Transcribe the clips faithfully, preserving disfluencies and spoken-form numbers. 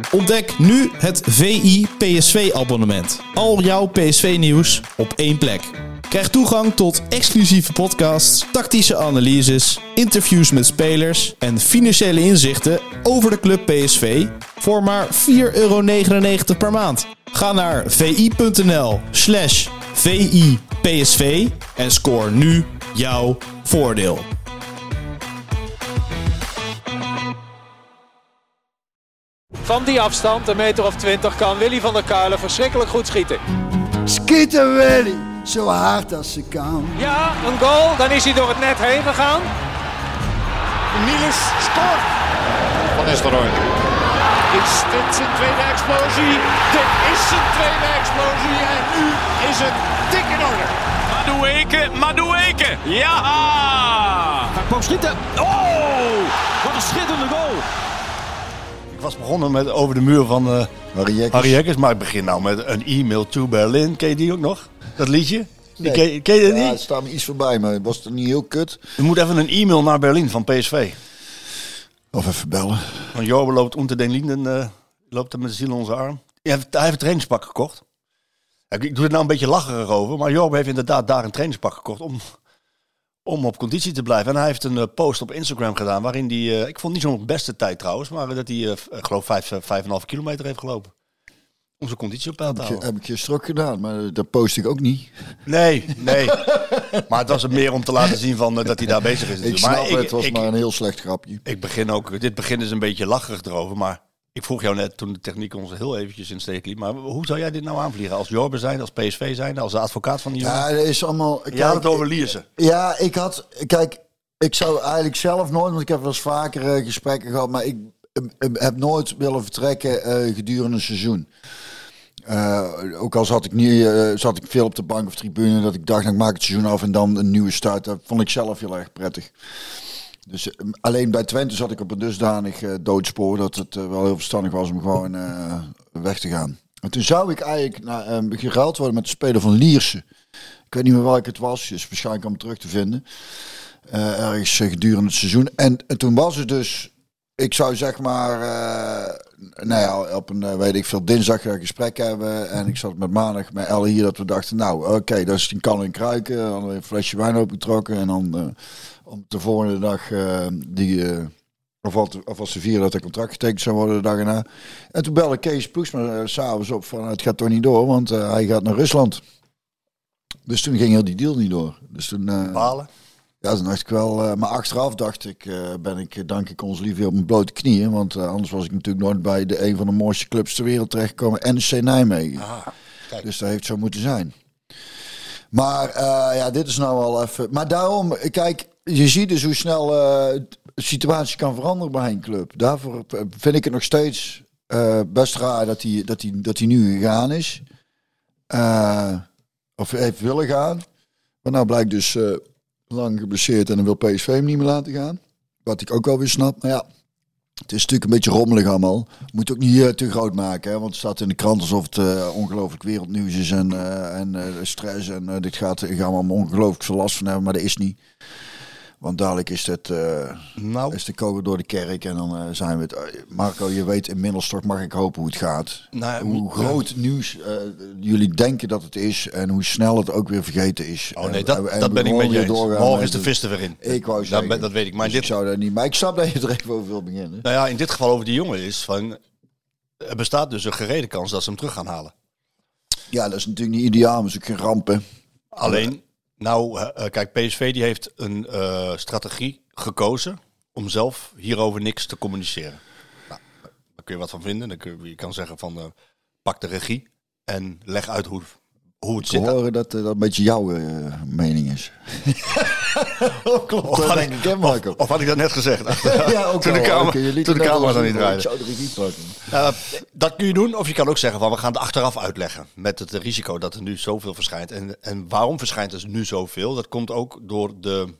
Ontdek nu het V I P S V-abonnement. Al jouw P S V-nieuws op één plek. Krijg toegang tot exclusieve podcasts, tactische analyses, interviews met spelers en financiële inzichten over de club P S V voor maar vier euro negenennegentig per maand. Ga naar vi.nl slash VIPSV en scoor nu jouw voordeel. Van die afstand, een meter of twintig, kan Willy van der Kuilen verschrikkelijk goed schieten. Schieten Willy, zo hard als ze kan. Ja, een goal, dan is hij door het net heen gegaan. Niels scoort. Van Nistelrooy. Is dit zijn tweede explosie? Dit is zijn tweede explosie en nu is het dik in orde. Madueke, Madueke, ja! Hij kwam schieten. Oh, wat een schitterende goal. Ik was begonnen met over de muur van uh, Harry Jekkers, maar ik begin nou met een e-mail to Berlin. Ken je die ook nog? Dat liedje? Die Nee. ken, ken je dat Ja, niet? het staat me iets voorbij, maar was het niet heel kut? Er moet even een e-mail naar Berlin van P S V. Of even bellen. Van Jorbe loopt onder den Linden, uh, loopt er met de ziel in onze arm. Hij heeft, hij heeft een trainingspak gekocht. Ik, ik doe er nou een beetje lacherig over, maar Jorbe heeft inderdaad daar een trainingspak gekocht om, om op conditie te blijven. En hij heeft een uh, post op Instagram gedaan waarin hij, uh, ik vond niet zo'n beste tijd trouwens, maar dat hij, uh, ik geloof, vijf, vijf en een half kilometer heeft gelopen. Om zijn conditie op peil te Heb ik, houden. heb ik gisteren ook gedaan, maar dat post ik ook niet. Nee, nee. Maar het was het meer om te laten zien van, uh, dat hij daar bezig is. Ik natuurlijk. snap maar het, ik, het was ik, maar een heel slecht grapje. ik begin ook, dit begin is een beetje lacherig erover, maar ik vroeg jou net toen de techniek ons heel eventjes in de steek liet, maar hoe zou jij dit nou aanvliegen? Als Jorbe zijn, als P S V zijn, als de advocaat van die jongen? Ja, dat is allemaal... Je had het over Lierse. Ja, ik had... Kijk, ik zou eigenlijk zelf nooit, want ik heb wel eens vaker uh, gesprekken gehad, maar ik uh, heb nooit willen vertrekken uh, gedurende een seizoen. Uh, ook al zat ik, niet, uh, zat ik veel op de bank of tribune, dat ik dacht, nou, ik maak het seizoen af en dan een nieuwe start. Dat vond ik zelf heel erg prettig. Dus uh, alleen bij Twente zat ik op een dusdanig uh, doodspoor dat het uh, wel heel verstandig was om gewoon uh, weg te gaan. En toen zou ik eigenlijk nou, uh, geruild worden met de speler van Lierse. Ik weet niet meer welke het was, dus waarschijnlijk om terug te vinden. Uh, ergens uh, gedurende het seizoen. En, en toen was het dus, ik zou zeg maar, uh, nou ja, op een, uh, weet ik veel, dinsdag een gesprek hebben. En ik zat met maandag met Elle hier dat we dachten, nou oké, okay, dat is een kan en kruiken. Dan hadden we een flesje wijn opengetrokken. En dan uh, om de volgende dag, uh, die, uh, of, wat, of was de vierde dat het contract getekend zou worden de dag erna. En toen belde Kees Ploegsma uh, s'avonds op van, het gaat toch niet door, want uh, hij gaat naar Rusland. Dus toen ging heel die deal niet door. Dus toen... Uh, Balen. Ja, dan dacht ik wel. Uh, maar achteraf dacht ik, uh, ben ik, dank ik ons lief op mijn blote knieën. Want uh, anders was ik natuurlijk nooit bij de een van de mooiste clubs ter wereld terechtgekomen. N E C Nijmegen. Ah, kijk. Dus dat heeft zo moeten zijn. Maar uh, ja, dit is nou wel even... Maar daarom, kijk, je ziet dus hoe snel uh, de situatie kan veranderen bij een club. Daarvoor vind ik het nog steeds uh, best raar dat hij dat hij dat hij nu gegaan is. Uh, of heeft willen gaan. Maar nou blijkt dus... Uh, lang geblesseerd en dan wil P S V hem niet meer laten gaan. Wat ik ook wel weer snap. Maar ja, het is natuurlijk een beetje rommelig allemaal. Moet ook niet uh, te groot maken. Hè? Want het staat in de krant alsof het uh, ongelooflijk wereldnieuws is. En, uh, en uh, stress. En uh, dit gaat, gaan we allemaal ongelooflijk veel last van hebben. Maar dat is niet. Want dadelijk is, het, uh, Nou. is de kogel door de kerk. En dan uh, zijn we het. Uh, Marco, je weet inmiddels toch, mag ik hopen hoe het gaat. Nou, hoe groot nieuws uh, jullie denken dat het is. En hoe snel het ook weer vergeten is. Oh nee, en, dat, en dat ben ik met je eens. Morgen is de met- vis er weer in. Ik wou dat, zeggen. ben- dat weet ik. Maar Dus in ik dit, zou daar niet. Maar ik snap dat je er even over wil beginnen. nou ja, in dit geval over die jongen is van... Er bestaat dus een gerede kans dat ze hem terug gaan halen. Ja, dat is natuurlijk niet ideaal, maar is ook geen ramp, hè. Alleen, nou, uh, kijk, P S V die heeft een uh, strategie gekozen om zelf hierover niks te communiceren. Nou, daar kun je wat van vinden. Dan kun je, je kan zeggen van, uh, pak de regie en leg uit hoe, hoe het Ik zit. horen dat uh, dat een beetje jouw uh, mening is. Klopt, Of dat had denk ik- ik, hè, Marco? Of had ik dat net gezegd? Ja, ook toen de wel. kamer, Oké, je liet toen de het net camera al dan niet zien, draaide. Ik zou de regie pakken. Uh, dat kun je doen. Of je kan ook zeggen van we gaan het achteraf uitleggen. Met het risico dat er nu zoveel verschijnt. En, en waarom verschijnt er nu zoveel? Dat komt ook door de,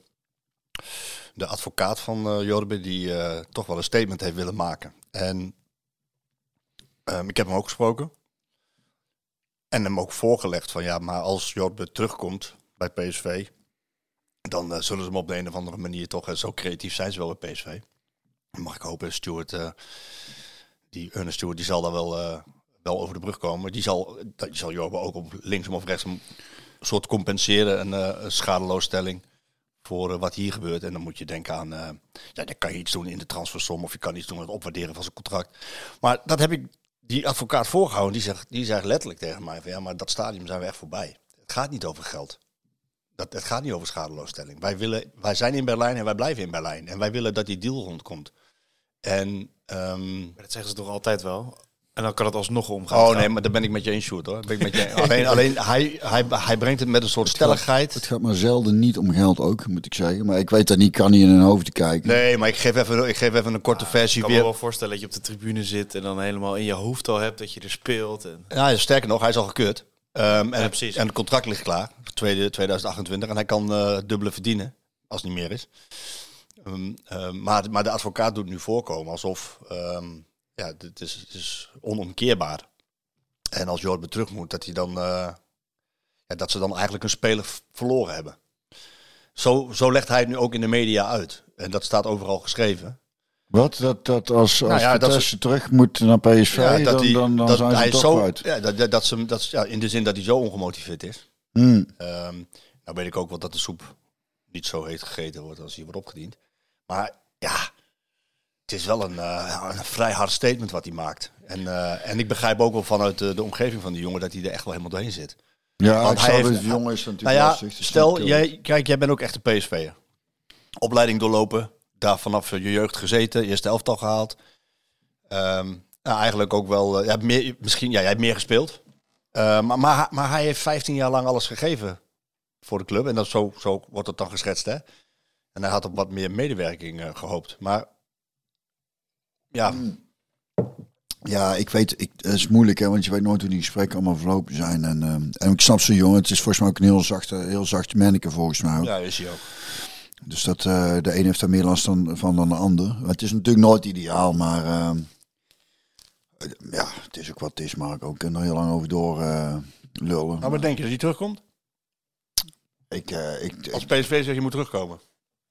de advocaat van uh, Jorbe die uh, toch wel een statement heeft willen maken. En um, ik heb hem ook gesproken. En hem ook voorgelegd van ja, maar als Jorbe terugkomt bij P S V... dan uh, zullen ze hem op de een of andere manier toch... Uh, zo creatief zijn ze wel bij P S V. Dan mag ik hopen, Stuart... Uh, die Ernest Stewart die zal daar wel, uh, wel over de brug komen. Die zal, die zal Jorbe ook op linksom of rechtsom een soort compenseren. Een, uh, een schadeloosstelling voor uh, wat hier gebeurt. En dan moet je denken aan... Uh, ja, dan kan je iets doen in de transfersom. Of je kan iets doen met het opwaarderen van zijn contract. Maar dat heb ik die advocaat voorgehouden. Die zegt, die zegt letterlijk tegen mij van... Ja, maar dat stadium zijn we echt voorbij. Het gaat niet over geld. Dat, het gaat niet over schadeloosstelling. Wij, willen, wij zijn in Berlijn en wij blijven in Berlijn. En wij willen dat die deal rondkomt. En... Um, dat zeggen ze toch altijd wel? En dan kan het alsnog omgaan. Oh nee, maar daar ben ik met je eens, Sjoerd, hoor. Ben ik met je, alleen alleen hij, hij, hij brengt het met een soort het stelligheid. Gaat, het gaat maar zelden niet om geld ook, moet ik zeggen. Maar ik weet dat niet, kan niet in hun hoofd te kijken. Nee, maar ik geef even, ik geef even een korte ja, versie. Ik kan weer. me wel voorstellen dat je op de tribune zit en dan helemaal in je hoofd al hebt dat je er speelt. En... Ja, sterker nog, hij is al gekeurd. Um, en, ja, precies. En het contract ligt klaar voor tweeduizend achtentwintig. En hij kan uh, dubbele verdienen, als het niet meer is. Um, uh, maar, maar de advocaat doet nu voorkomen alsof... Um, ja, dit is, dit is onomkeerbaar. En als Jorbe terug moet, dat hij dan, uh, ja, dat ze dan eigenlijk een speler verloren hebben. Zo, zo legt hij het nu ook in de media uit. En dat staat overal geschreven. Wat? Dat, dat als, als nou ja, Vitesse ze, terug moet naar P S V, ja, dat dan, die, dan, dan dat zijn ze toch zo, uit. Ja, dat, dat, dat ze, dat, ja, in de zin dat hij zo ongemotiveerd is. Hmm. Um, nou weet ik ook wel dat de soep niet zo heet gegeten wordt als die wordt opgediend. Maar ja... Het is wel een, uh, een vrij hard statement wat hij maakt. En, uh, en ik begrijp ook wel vanuit de, de omgeving van die jongen dat hij er echt wel helemaal doorheen zit. Ja, want hij heeft, de jongen is natuurlijk nou ja, lastig. Stel, jij, kijk, jij bent ook echt een P S V'er. Opleiding doorlopen, daar vanaf je jeugd gezeten, eerste elftal gehaald. Um, nou, eigenlijk ook wel, uh, ja, meer, misschien, ja, jij hebt meer gespeeld. Uh, maar, maar, maar hij heeft vijftien jaar lang alles gegeven voor de club. En dat, zo, zo wordt het dan geschetst, hè. En hij had op wat meer medewerking uh, gehoopt. Maar... Ja. Ja, ik weet, ik, het is moeilijk, hè, want je weet nooit hoe die gesprekken allemaal verlopen zijn. En, uh, en ik snap zo'n jongen, het is volgens mij ook een heel zachte, heel zacht manneke volgens mij ook. Ja, is hij ook. Dus dat, uh, de een heeft daar meer last dan, van dan de ander. Het is natuurlijk nooit ideaal, maar uh, ja, het is ook wat het is, Mark. Ook kunnen er heel lang over door uh, lullen. Nou, maar denk je dat hij terugkomt? Ik, uh, ik, Als P S V zegt je moet terugkomen.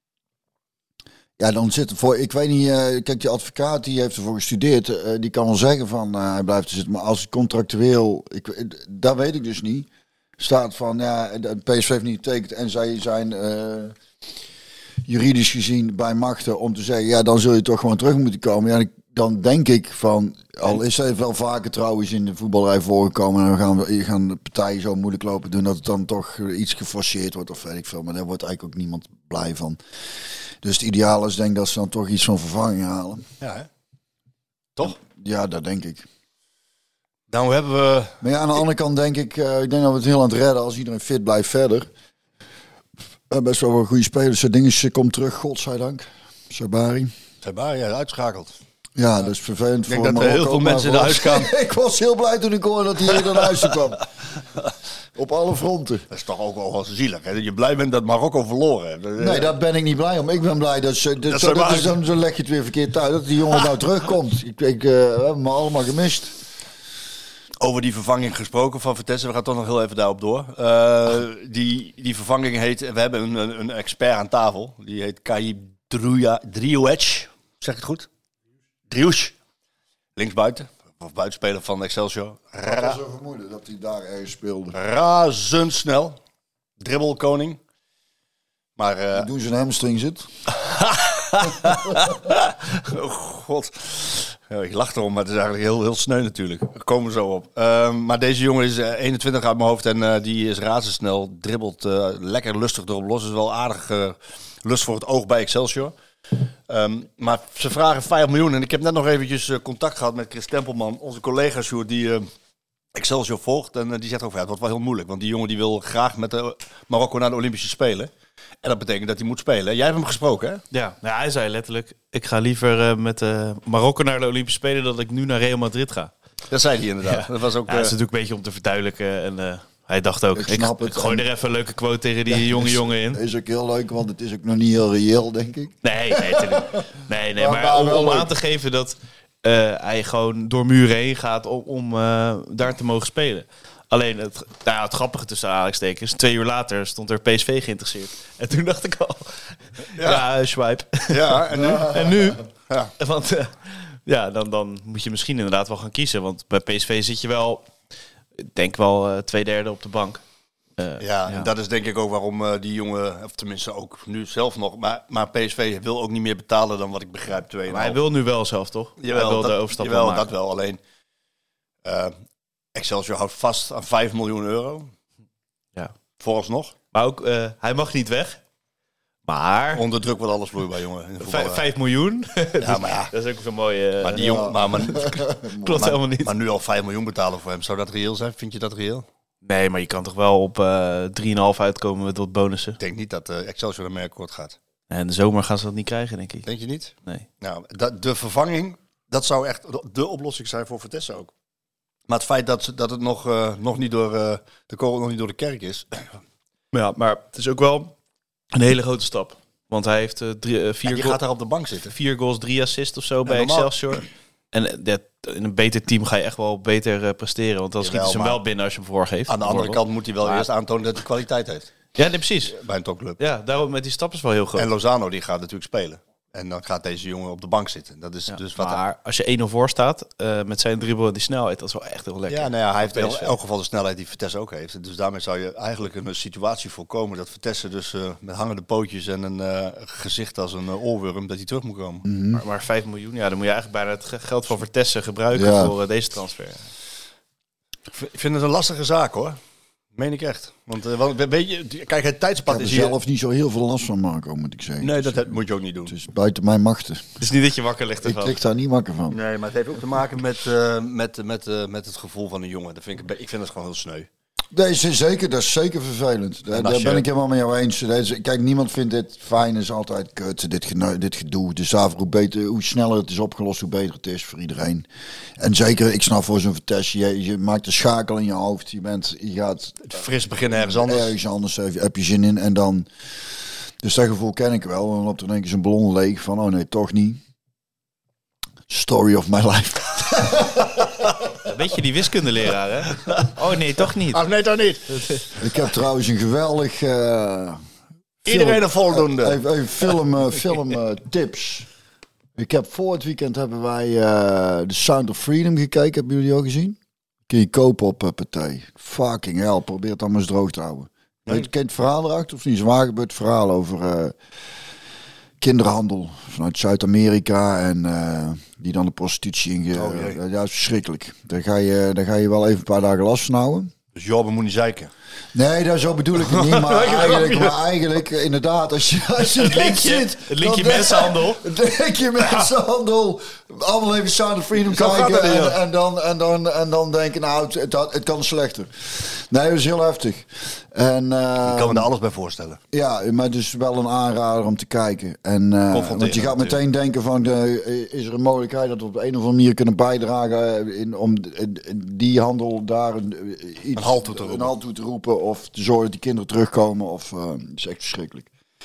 Ja, dan zit er voor. Ik weet niet. Uh, kijk, die advocaat die heeft ervoor gestudeerd. Uh, die kan wel zeggen van uh, hij blijft er zitten. Maar als het contractueel, ik, dat weet ik dus niet. Staat van ja, de P S V heeft niet getekend en zij zijn uh, juridisch gezien bij machten om te zeggen ja, dan zul je toch gewoon terug moeten komen. Ja, dan denk ik van, al is het wel vaker trouwens in de voetballerij voorgekomen en dan gaan we gaan de partijen zo moeilijk lopen doen dat het dan toch iets geforceerd wordt of weet ik veel. Maar daar wordt eigenlijk ook niemand blij van. Dus het ideaal is denk ik dat ze dan toch iets van vervanging halen. Ja, hè? Toch? Ja, dat denk ik. Nou hebben we... Maar ja, aan de andere kant denk ik, uh, ik denk dat we het heel aan het redden als iedereen fit blijft verder. Uh, best wel wel goede spelers. Zo dingetje komt terug, godzijdank. Sabari. Sabari, ja, uitschakeld. Ja, dat is vervelend ik voor denk dat er heel veel mensen naar huis gaan. Ik was heel blij toen ik hoorde dat hij hier naar huis kwam. Op alle fronten. Dat is toch ook wel zielig, hè? Dat je blij bent dat Marokko verloren heeft. Nee, daar ben ik niet blij om. Ik ben blij dat ze... Dat, dat, zo, dat is, dan, dan leg je het weer verkeerd uit. Dat die jongen nou terugkomt. Ik, ik uh, we hebben me allemaal gemist. Over die vervanging gesproken van Vitesse. We gaan toch nog heel even daarop door. Uh, die, die vervanging heet... We hebben een, een expert aan tafel. Die heet Kaib Driouech. Zeg ik het goed? Driouech. Linksbuiten. Of buitenspeler van Excelsior. Ra- dat was zo vermoeden dat hij daar ergens speelde. Razendsnel. Dribbelkoning. Maar... Uh... Doen zijn hamstring zit. Oh god. Ja, ik lach erom, maar het is eigenlijk heel, heel sneu natuurlijk. Daar komen we zo op. Uh, maar deze jongen is uh, eenentwintig uit mijn hoofd en uh, die is razendsnel. Dribbelt uh, lekker lustig erop los. Is wel aardig uh, lust voor het oog bij Excelsior. Um, maar ze vragen vijf miljoen. En ik heb net nog eventjes uh, contact gehad met Chris Tempelman. Onze collega Sjoerd, die uh, Excelsior volgt. En uh, die zegt ook, ja, het wordt wel heel moeilijk. Want die jongen die wil graag met uh, Marokko naar de Olympische Spelen. En dat betekent dat hij moet spelen. Jij hebt hem gesproken, hè? Ja, nou, hij zei letterlijk... ik ga liever uh, met uh, Marokko naar de Olympische Spelen... dan dat ik nu naar Real Madrid ga. Dat zei hij inderdaad. Ja. Dat was ook, ja, dat is natuurlijk een beetje om te verduidelijken. En uh, hij dacht ook... Ik, ik, snap ik, het. ik gooi er even een leuke quote tegen die ja, jonge is, jongen in. Dat is ook heel leuk, want het is ook nog niet heel reëel, denk ik. Nee, nee, nee, nee maar, maar om, om aan te geven dat uh, hij gewoon door muren heen gaat... om, om uh, daar te mogen spelen. Alleen het, nou ja, het grappige tussen aanhalingstekens, twee uur later stond er P S V geïnteresseerd. En toen dacht ik al, ja, ja swipe. Ja, en nu? en nu? Ja. Want uh, ja, dan, dan moet je misschien inderdaad wel gaan kiezen. Want bij P S V zit je wel, ik denk wel uh, twee derde op de bank. Uh, ja, ja, en dat is denk ik ook waarom uh, die jongen, of tenminste ook nu zelf nog, maar, maar P S V wil ook niet meer betalen dan wat ik begrijp. twee komma vijf. Maar hij wil nu wel zelf, toch? Jawel, hij wil dat, de overstap jawel, wel maken. dat wel. Alleen uh, Excelsior houdt vast aan vijf miljoen euro. Ja. Vooralsnog. Maar ook, uh, hij mag niet weg. Maar... Onder druk wordt alles vloeibaar, jongen. Vijf, vijf miljoen? Ja, maar ja. Dat is ook zo'n mooie... Uh, maar die jongen... Maar, maar, klopt maar, helemaal niet. Maar nu al vijf miljoen betalen voor hem. Zou dat reëel zijn? Vind je dat reëel? Nee, maar je kan toch wel op uh, drie komma vijf uitkomen met wat bonussen? Ik denk niet dat uh, Excelsior ermee akkoord gaat. En in de zomer gaan ze dat niet krijgen, denk ik. Denk je niet? Nee. Nou, dat, de vervanging, dat zou echt de oplossing zijn voor Vitesse ook. Maar het feit dat, dat het nog, uh, nog niet door uh, de kogel nog niet door de kerk is. Ja, maar het is ook wel een hele grote stap. Want hij heeft uh, drie, uh, vier, ja, je go- gaat daar op de bank zitten. vier goals, drie assists of zo ja, bij normaal. Excelsior. En dat, in een beter team ga je echt wel beter uh, presteren. Want dan Jawel, schieten ze hem wel binnen als je hem voorgeeft. Aan de andere kant moet hij wel maar... eerst aantonen dat hij kwaliteit heeft. Ja, nee, precies. Bij een topclub. Ja, daarom met die stap is wel heel groot. En Lozano die gaat natuurlijk spelen. En dan gaat deze jongen op de bank zitten. Dat is ja, dus wat maar hij... als je één nul voor staat, uh, met zijn dribbel en die snelheid, dat is wel echt heel lekker. Ja, nou ja, hij heeft in elk geval de snelheid die Vitesse ook heeft. Dus daarmee zou je eigenlijk een situatie voorkomen dat Vitesse dus uh, met hangende pootjes en een uh, gezicht als een uh, oorworm, dat hij terug moet komen. Mm-hmm. Maar, maar vijf miljoen, ja, dan moet je eigenlijk bijna het geld van Vitesse gebruiken ja. voor uh, deze transfer. Ik vind het een lastige zaak, hoor. Meen ik echt. Want uh, weet je, kijk, het tijdspad ik is er hier... zelf niet zo heel veel last van, Marco, moet ik zeggen. Nee, dat het, moet je ook niet doen. Het is buiten mijn machten. Het is niet dat je wakker ligt ervan. Ik lig daar niet wakker van. Nee, maar het heeft ook te maken met, uh, met, met, uh, met het gevoel van een jongen. Dat vind ik, ik vind dat gewoon heel sneu. Nee, zeker, dat is zeker vervelend. Daar, daar je... ben ik helemaal met jou eens. Is, kijk, niemand vindt dit fijn, is altijd kut, dit, geno- dit gedoe. Dus daarvoor hoe, beter, hoe sneller het is opgelost, hoe beter het is voor iedereen. En zeker, ik snap voor zo'n Vitesse, je, je maakt een schakel in je hoofd. Je, bent, je gaat fris beginnen ergens anders. Ergens anders heb je zin in en dan... Dus dat gevoel ken ik wel. Dan loopt er denk ik zo'n ballon leeg van, oh nee, toch niet. Story of my life. Weet je, die wiskundeleraar, hè? Oh nee, toch niet. Ach nee, toch niet. Ik heb trouwens een geweldig... Uh, Iedereen een voldoende. Uh, even, even film, uh, film uh, tips. Ik heb voor het weekend hebben wij uh, The Sound of Freedom gekeken. Hebben jullie al gezien? Kun je kopen op uh, Partij. Fucking hell, probeer het allemaal eens droog te houden. Nee. Weet je het verhaal erachter? Of niet? Zwaar gebeurd verhaal over... Uh, kinderhandel vanuit Zuid-Amerika en uh, die dan de prostitutie in. Oh, uh, ja, dat is verschrikkelijk. Daar ga je, daar ga je wel even een paar dagen last van houden. Dus Jobben moet niet zeiken. Nee, dat zo bedoel ik het niet. Maar eigenlijk, maar eigenlijk, inderdaad, als je, als je het linkje, zit, het linkje mensenhandel. Het linkje mensenhandel. Allemaal even Sound of Freedom kijken en, en, dan, en, dan, en dan denken, nou, het, het, het kan slechter. Nee, dat is heel heftig. En, uh, ik kan me daar alles bij voorstellen. Ja, maar dus wel een aanrader om te kijken. En, uh, want je gaat meteen denken van, uh, is er een mogelijkheid dat we op een of andere manier kunnen bijdragen in, om uh, die handel daar uh, iets, een halt toe te roepen. Een halt toe te roepen of te zorgen dat die kinderen terugkomen. Of, uh, dat is echt verschrikkelijk.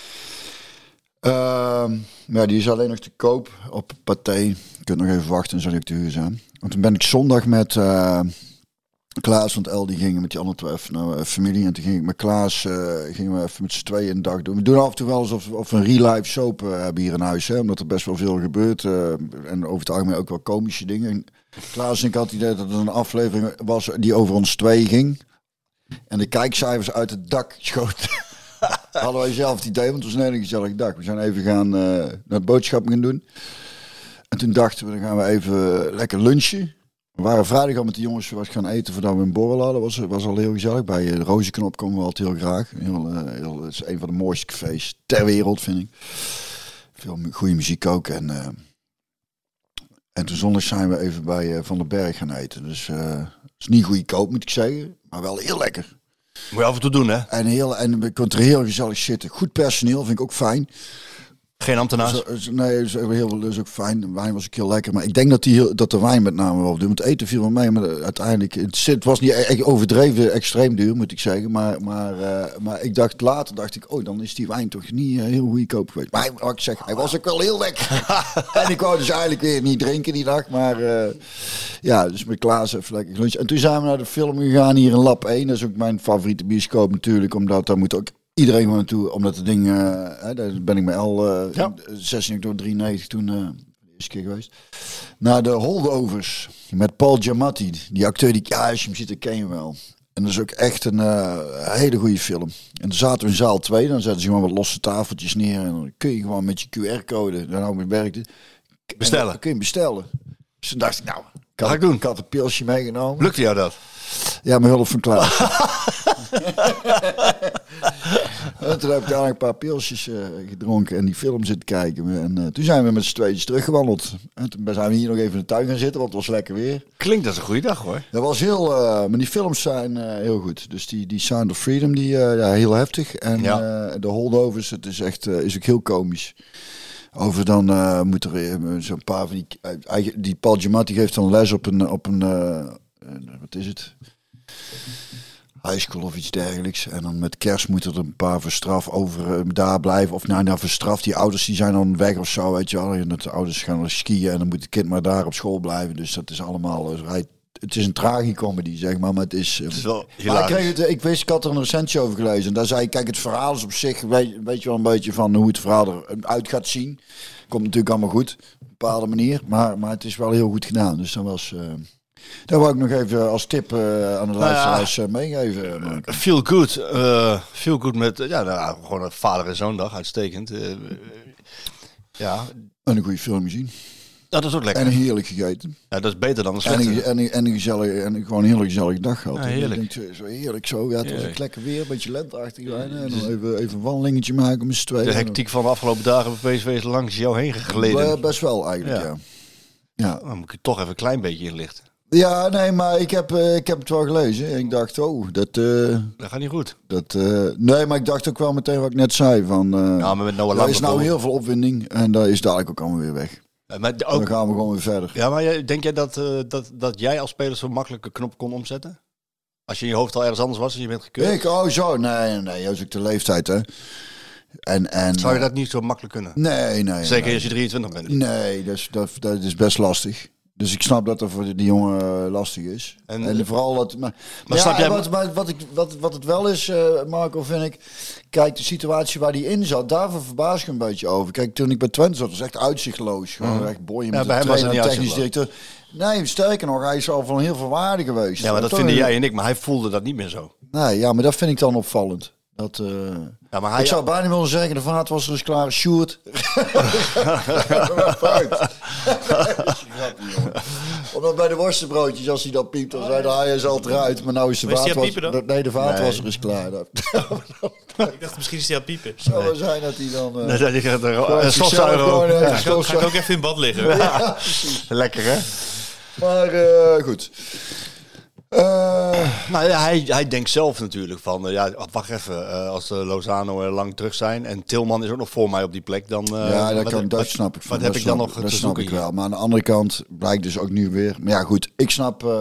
Uh, ja, die is alleen nog te koop op Pathé. Je kunt nog even wachten en zal ik te huur zijn. Want toen ben ik zondag met... Uh, Klaas van het L, die gingen met die andere twee even naar uh, familie. En toen ging ik met Klaas, uh, gingen we even met z'n tweeën een dag doen. We doen af en toe wel alsof we of een real-life soap uh, hebben hier in huis. Hè, omdat er best wel veel gebeurt. Uh, en over het algemeen ook wel komische dingen. En Klaas en ik had het idee dat het een aflevering was die over ons twee ging. En de kijkcijfers uit het dak schoten. Hadden wij zelf het idee, want het was een hele gezellig dag. We zijn even gaan uh, naar boodschappen gaan doen. En toen dachten we, dan gaan we even lekker lunchen. We waren vrijdag al met de jongens was gaan eten voordat we een borrel hadden. Dat was, was al heel gezellig. Bij de Rozenknop komen we altijd heel graag. Heel, heel, het is een van de mooiste cafés ter wereld, vind ik. Veel goede muziek ook. En, uh, en toen zondag zijn we even bij uh, Van den Berg gaan eten. Dus uh, het is niet goedkoop, moet ik zeggen. Maar wel heel lekker. Moet je af en toe doen, hè? En, heel, en we konden er heel gezellig zitten. Goed personeel, vind ik ook fijn. Geen ambtenaars? Dus, nee, dat is, heel, dat is ook fijn. De wijn was ook heel lekker. Maar ik denk dat, die heel, dat de wijn met name wel doen. Want eten viel wel mee. Maar uiteindelijk... Het, het was niet echt overdreven extreem duur, moet ik zeggen. Maar, maar, uh, maar ik dacht later, dacht ik... Oh, dan is die wijn toch niet uh, heel goedkoop geweest. Maar wat ik zeg, hij was ook wel heel lekker. En ik wou dus eigenlijk weer niet drinken die dag. Maar uh, ja, dus met Klaas even lekker lunch. En toen zijn we naar de film gegaan hier in Lab één. Dat is ook mijn favoriete bioscoop natuurlijk. Omdat daar moet ook... Iedereen gewoon naartoe, omdat het ding, uh, hè, daar ben ik met al uh, ja. zestien oktober drieënnegentig toen uh, de een keer geweest. Naar de Holdovers met Paul Giamatti. Die acteur, die, ja, als je hem ziet, dan ken je wel. En dat is ook echt een uh, hele goede film. En dan zaten we in zaal twee, dan zetten ze gewoon wat losse tafeltjes neer. En dan kun je gewoon met je Q R-code, dan hou ik werkte, bestellen. Dan kun je bestellen. Dus toen dacht ik, nou, kan ik doen. Ik had een pilsje meegenomen. Lukte jou dat? Ja, mijn hulp van klaar. En toen heb ik daar een paar pilsjes uh, gedronken en die film zitten kijken. En uh, toen zijn we met z'n tweetjes teruggewandeld. En toen zijn we hier nog even in de tuin gaan zitten, want het was lekker weer. Klinkt als een goede dag, hoor. Dat was heel, uh, maar die films zijn uh, heel goed. Dus die, die Sound of Freedom, die uh, ja, heel heftig. En ja. uh, de Holdovers, het is echt uh, is ook heel komisch. Over dan uh, moet er uh, zo'n paar van die... Uh, die Paul Giamatti geeft dan les op een... Op een uh, uh, wat is het? High school of iets dergelijks. En dan met kerst moeten er een paar voor straf over uh, daar blijven. Of nou, nou voor straf. Die ouders die zijn dan weg of zo, weet je wel. En de ouders gaan dan skiën en dan moet het kind maar daar op school blijven. Dus dat is allemaal... Uh, hij, het is een tragicomedy, zeg maar. Maar het is... Uh, het is wel maar ik, kreeg het, ik wist, ik had er een recensie over gelezen. En daar zei ik, kijk, het verhaal is op zich... Weet, weet je wel een beetje van hoe het verhaal eruit gaat zien. Komt natuurlijk allemaal goed. Op een bepaalde manier. Maar, maar het is wel heel goed gedaan. Dus dat was... Uh, Daar wou ik nog even als tip uh, aan de luisteraars uh, meegeven. Uh, feel good. Uh, feel good met uh, ja, nou, gewoon een vader- en zoondag. Uitstekend. Uh, uh, ja. En een goede film gezien. Dat is ook lekker. En heerlijk gegeten. Ja, dat is beter dan een slechte. En een, en een, en een gezellige, en gewoon een hele gezellige dag gehad. Ja, heerlijk. Ik denk, zo heerlijk zo. Ja, het heerlijk. was ook lekker weer, een beetje lenteachtig. Ja, en dan even, even een wandelingetje maken met z'n tweeën. De hectiek van de afgelopen dagen bij P S V is langs jou heen gegleden. Best wel eigenlijk, ja. ja. ja. Dan moet ik je toch even een klein beetje inlichten. Ja, nee, maar ik heb, uh, ik heb het wel gelezen. Ik dacht, oh, dat... Uh, dat gaat niet goed. Dat, uh, nee, maar ik dacht ook wel meteen wat ik net zei. Van, uh, ja, maar met Noah er is nou heel veel opwinding en daar is dadelijk ook allemaal weer weg. Ja, maar ook, dan gaan we gewoon weer verder. Ja, maar denk jij dat, uh, dat, dat jij als speler zo makkelijk een knop kon omzetten? Als je in je hoofd al ergens anders was en je bent gekeurd? Ik, oh zo, nee, nee, dat is ook de leeftijd, hè. En, en, Zou je dat niet zo makkelijk kunnen? Nee, nee. Zeker nee. als je drieëntwintig bent? Nee, dat is, dat, dat is best lastig. Dus ik snap dat dat voor die jongen lastig is. En, en vooral dat... Maar, maar ja, snap jij... Wat, maar wat, ik, wat, wat het wel is, uh, Marco, vind ik... Kijk, de situatie waar hij in zat, daarvoor verbaas ik een beetje over. Kijk, toen ik bij Twente zat, was echt uitzichtloos. Gewoon mm. echt boeien met ja, de trainer en technisch directeur. Nee, sterker nog, hij is al van heel veel waarde geweest. Ja, maar dat vinden jij en ik, maar hij voelde dat niet meer zo. Nee, ja, maar dat vind ik dan opvallend. Dat, uh... ja, maar hij... Ik zou bijna willen zeggen, de vaat was er eens klaar, Sjoerd. Omdat bij de worstenbroodjes, als hij dat piept, dan zei hij is al eruit. Maar nou is de vaat was... Nee, de vaat nee. was er eens klaar. Ik dacht, misschien is hij aan het piepen. Zou wel zijn dat hij dan... Uh, nee, dat gaat er stofzuiger. Ja, ga, ga ik ook even in bad liggen. Ja, lekker, hè? Maar uh, goed. Uh, nou ja, hij, hij denkt zelf natuurlijk van, uh, ja, wacht even, uh, als de Lozano uh, lang terug zijn en Tilman is ook nog voor mij op die plek, dan... Uh, ja, dat, wat, kan, dat wat, snap ik. Wat heb ik dan nog dat te snap ik wel. Maar aan de andere kant blijkt dus ook nu weer... Maar ja, goed, ik snap... Uh,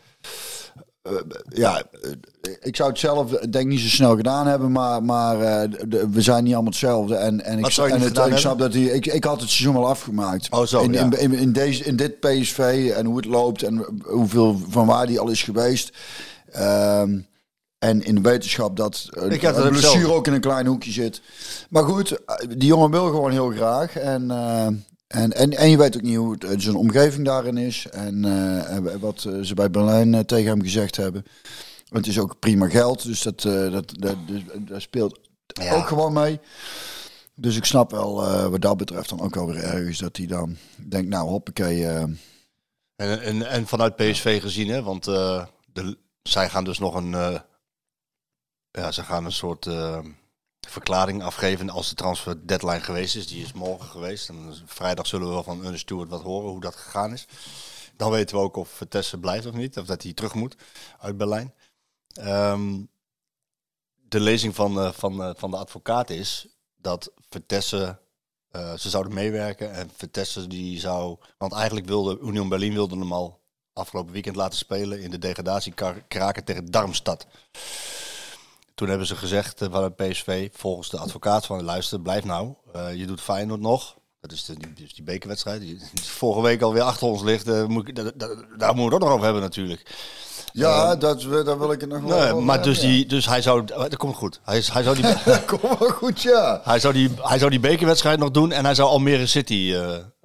uh, ja, uh, ik zou het zelf denk niet zo snel gedaan hebben, maar, maar uh, de, we zijn niet allemaal hetzelfde. En, en, ik, en het, ik snap dat hij... Ik, ik had het seizoen al afgemaakt. Oh, zo, in, ja. in, in, in, deze, in dit P S V en hoe het loopt en hoeveel van waar die al is geweest... Um, en in de wetenschap dat een, ik had een blessure ook in een klein hoekje zit. Maar goed, die jongen wil gewoon heel graag. En, uh, en, en, en je weet ook niet hoe het, zijn omgeving daarin is. En uh, wat ze bij Berlijn uh, tegen hem gezegd hebben. Het is ook prima geld, dus dat, uh, dat, dat, dat, dat speelt ja. ook gewoon mee. Dus ik snap wel uh, wat dat betreft dan ook wel weer ergens dat hij dan denkt, nou hoppakee. Uh, en, en, en vanuit P S V gezien, hè, want uh, de... Zij gaan dus nog een, uh, ja, ze gaan een soort uh, verklaring afgeven als de transfer deadline geweest is. Die is morgen geweest. En vrijdag zullen we wel van Ernest Stewart wat horen hoe dat gegaan is. Dan weten we ook of Vitesse blijft of niet. Of dat hij terug moet uit Berlijn. Um, de lezing van, uh, van, uh, van de advocaat is dat Vitesse... Uh, ze zouden meewerken en Vitesse die zou... Want eigenlijk wilde Union Berlin wilde hem al... afgelopen weekend laten spelen in de degradatiekraken tegen Darmstad. Toen hebben ze gezegd uh, van P S V, volgens de advocaat van luister, blijf nou. Uh, je doet Feyenoord nog. Dat is de, dus die bekerwedstrijd die vorige week alweer achter ons ligt. Uh, moet ik, da, da, daar moeten we het ook nog over hebben natuurlijk. Ja, uh, dat, daar wil ik het nog wel nee, over maar hebben, dus, ja. die, dus hij zou... Dat komt goed. Hij, hij zou die... dat komt wel goed, ja. Hij zou die, hij zou die bekerwedstrijd nog doen en hij zou Almere City... Uh,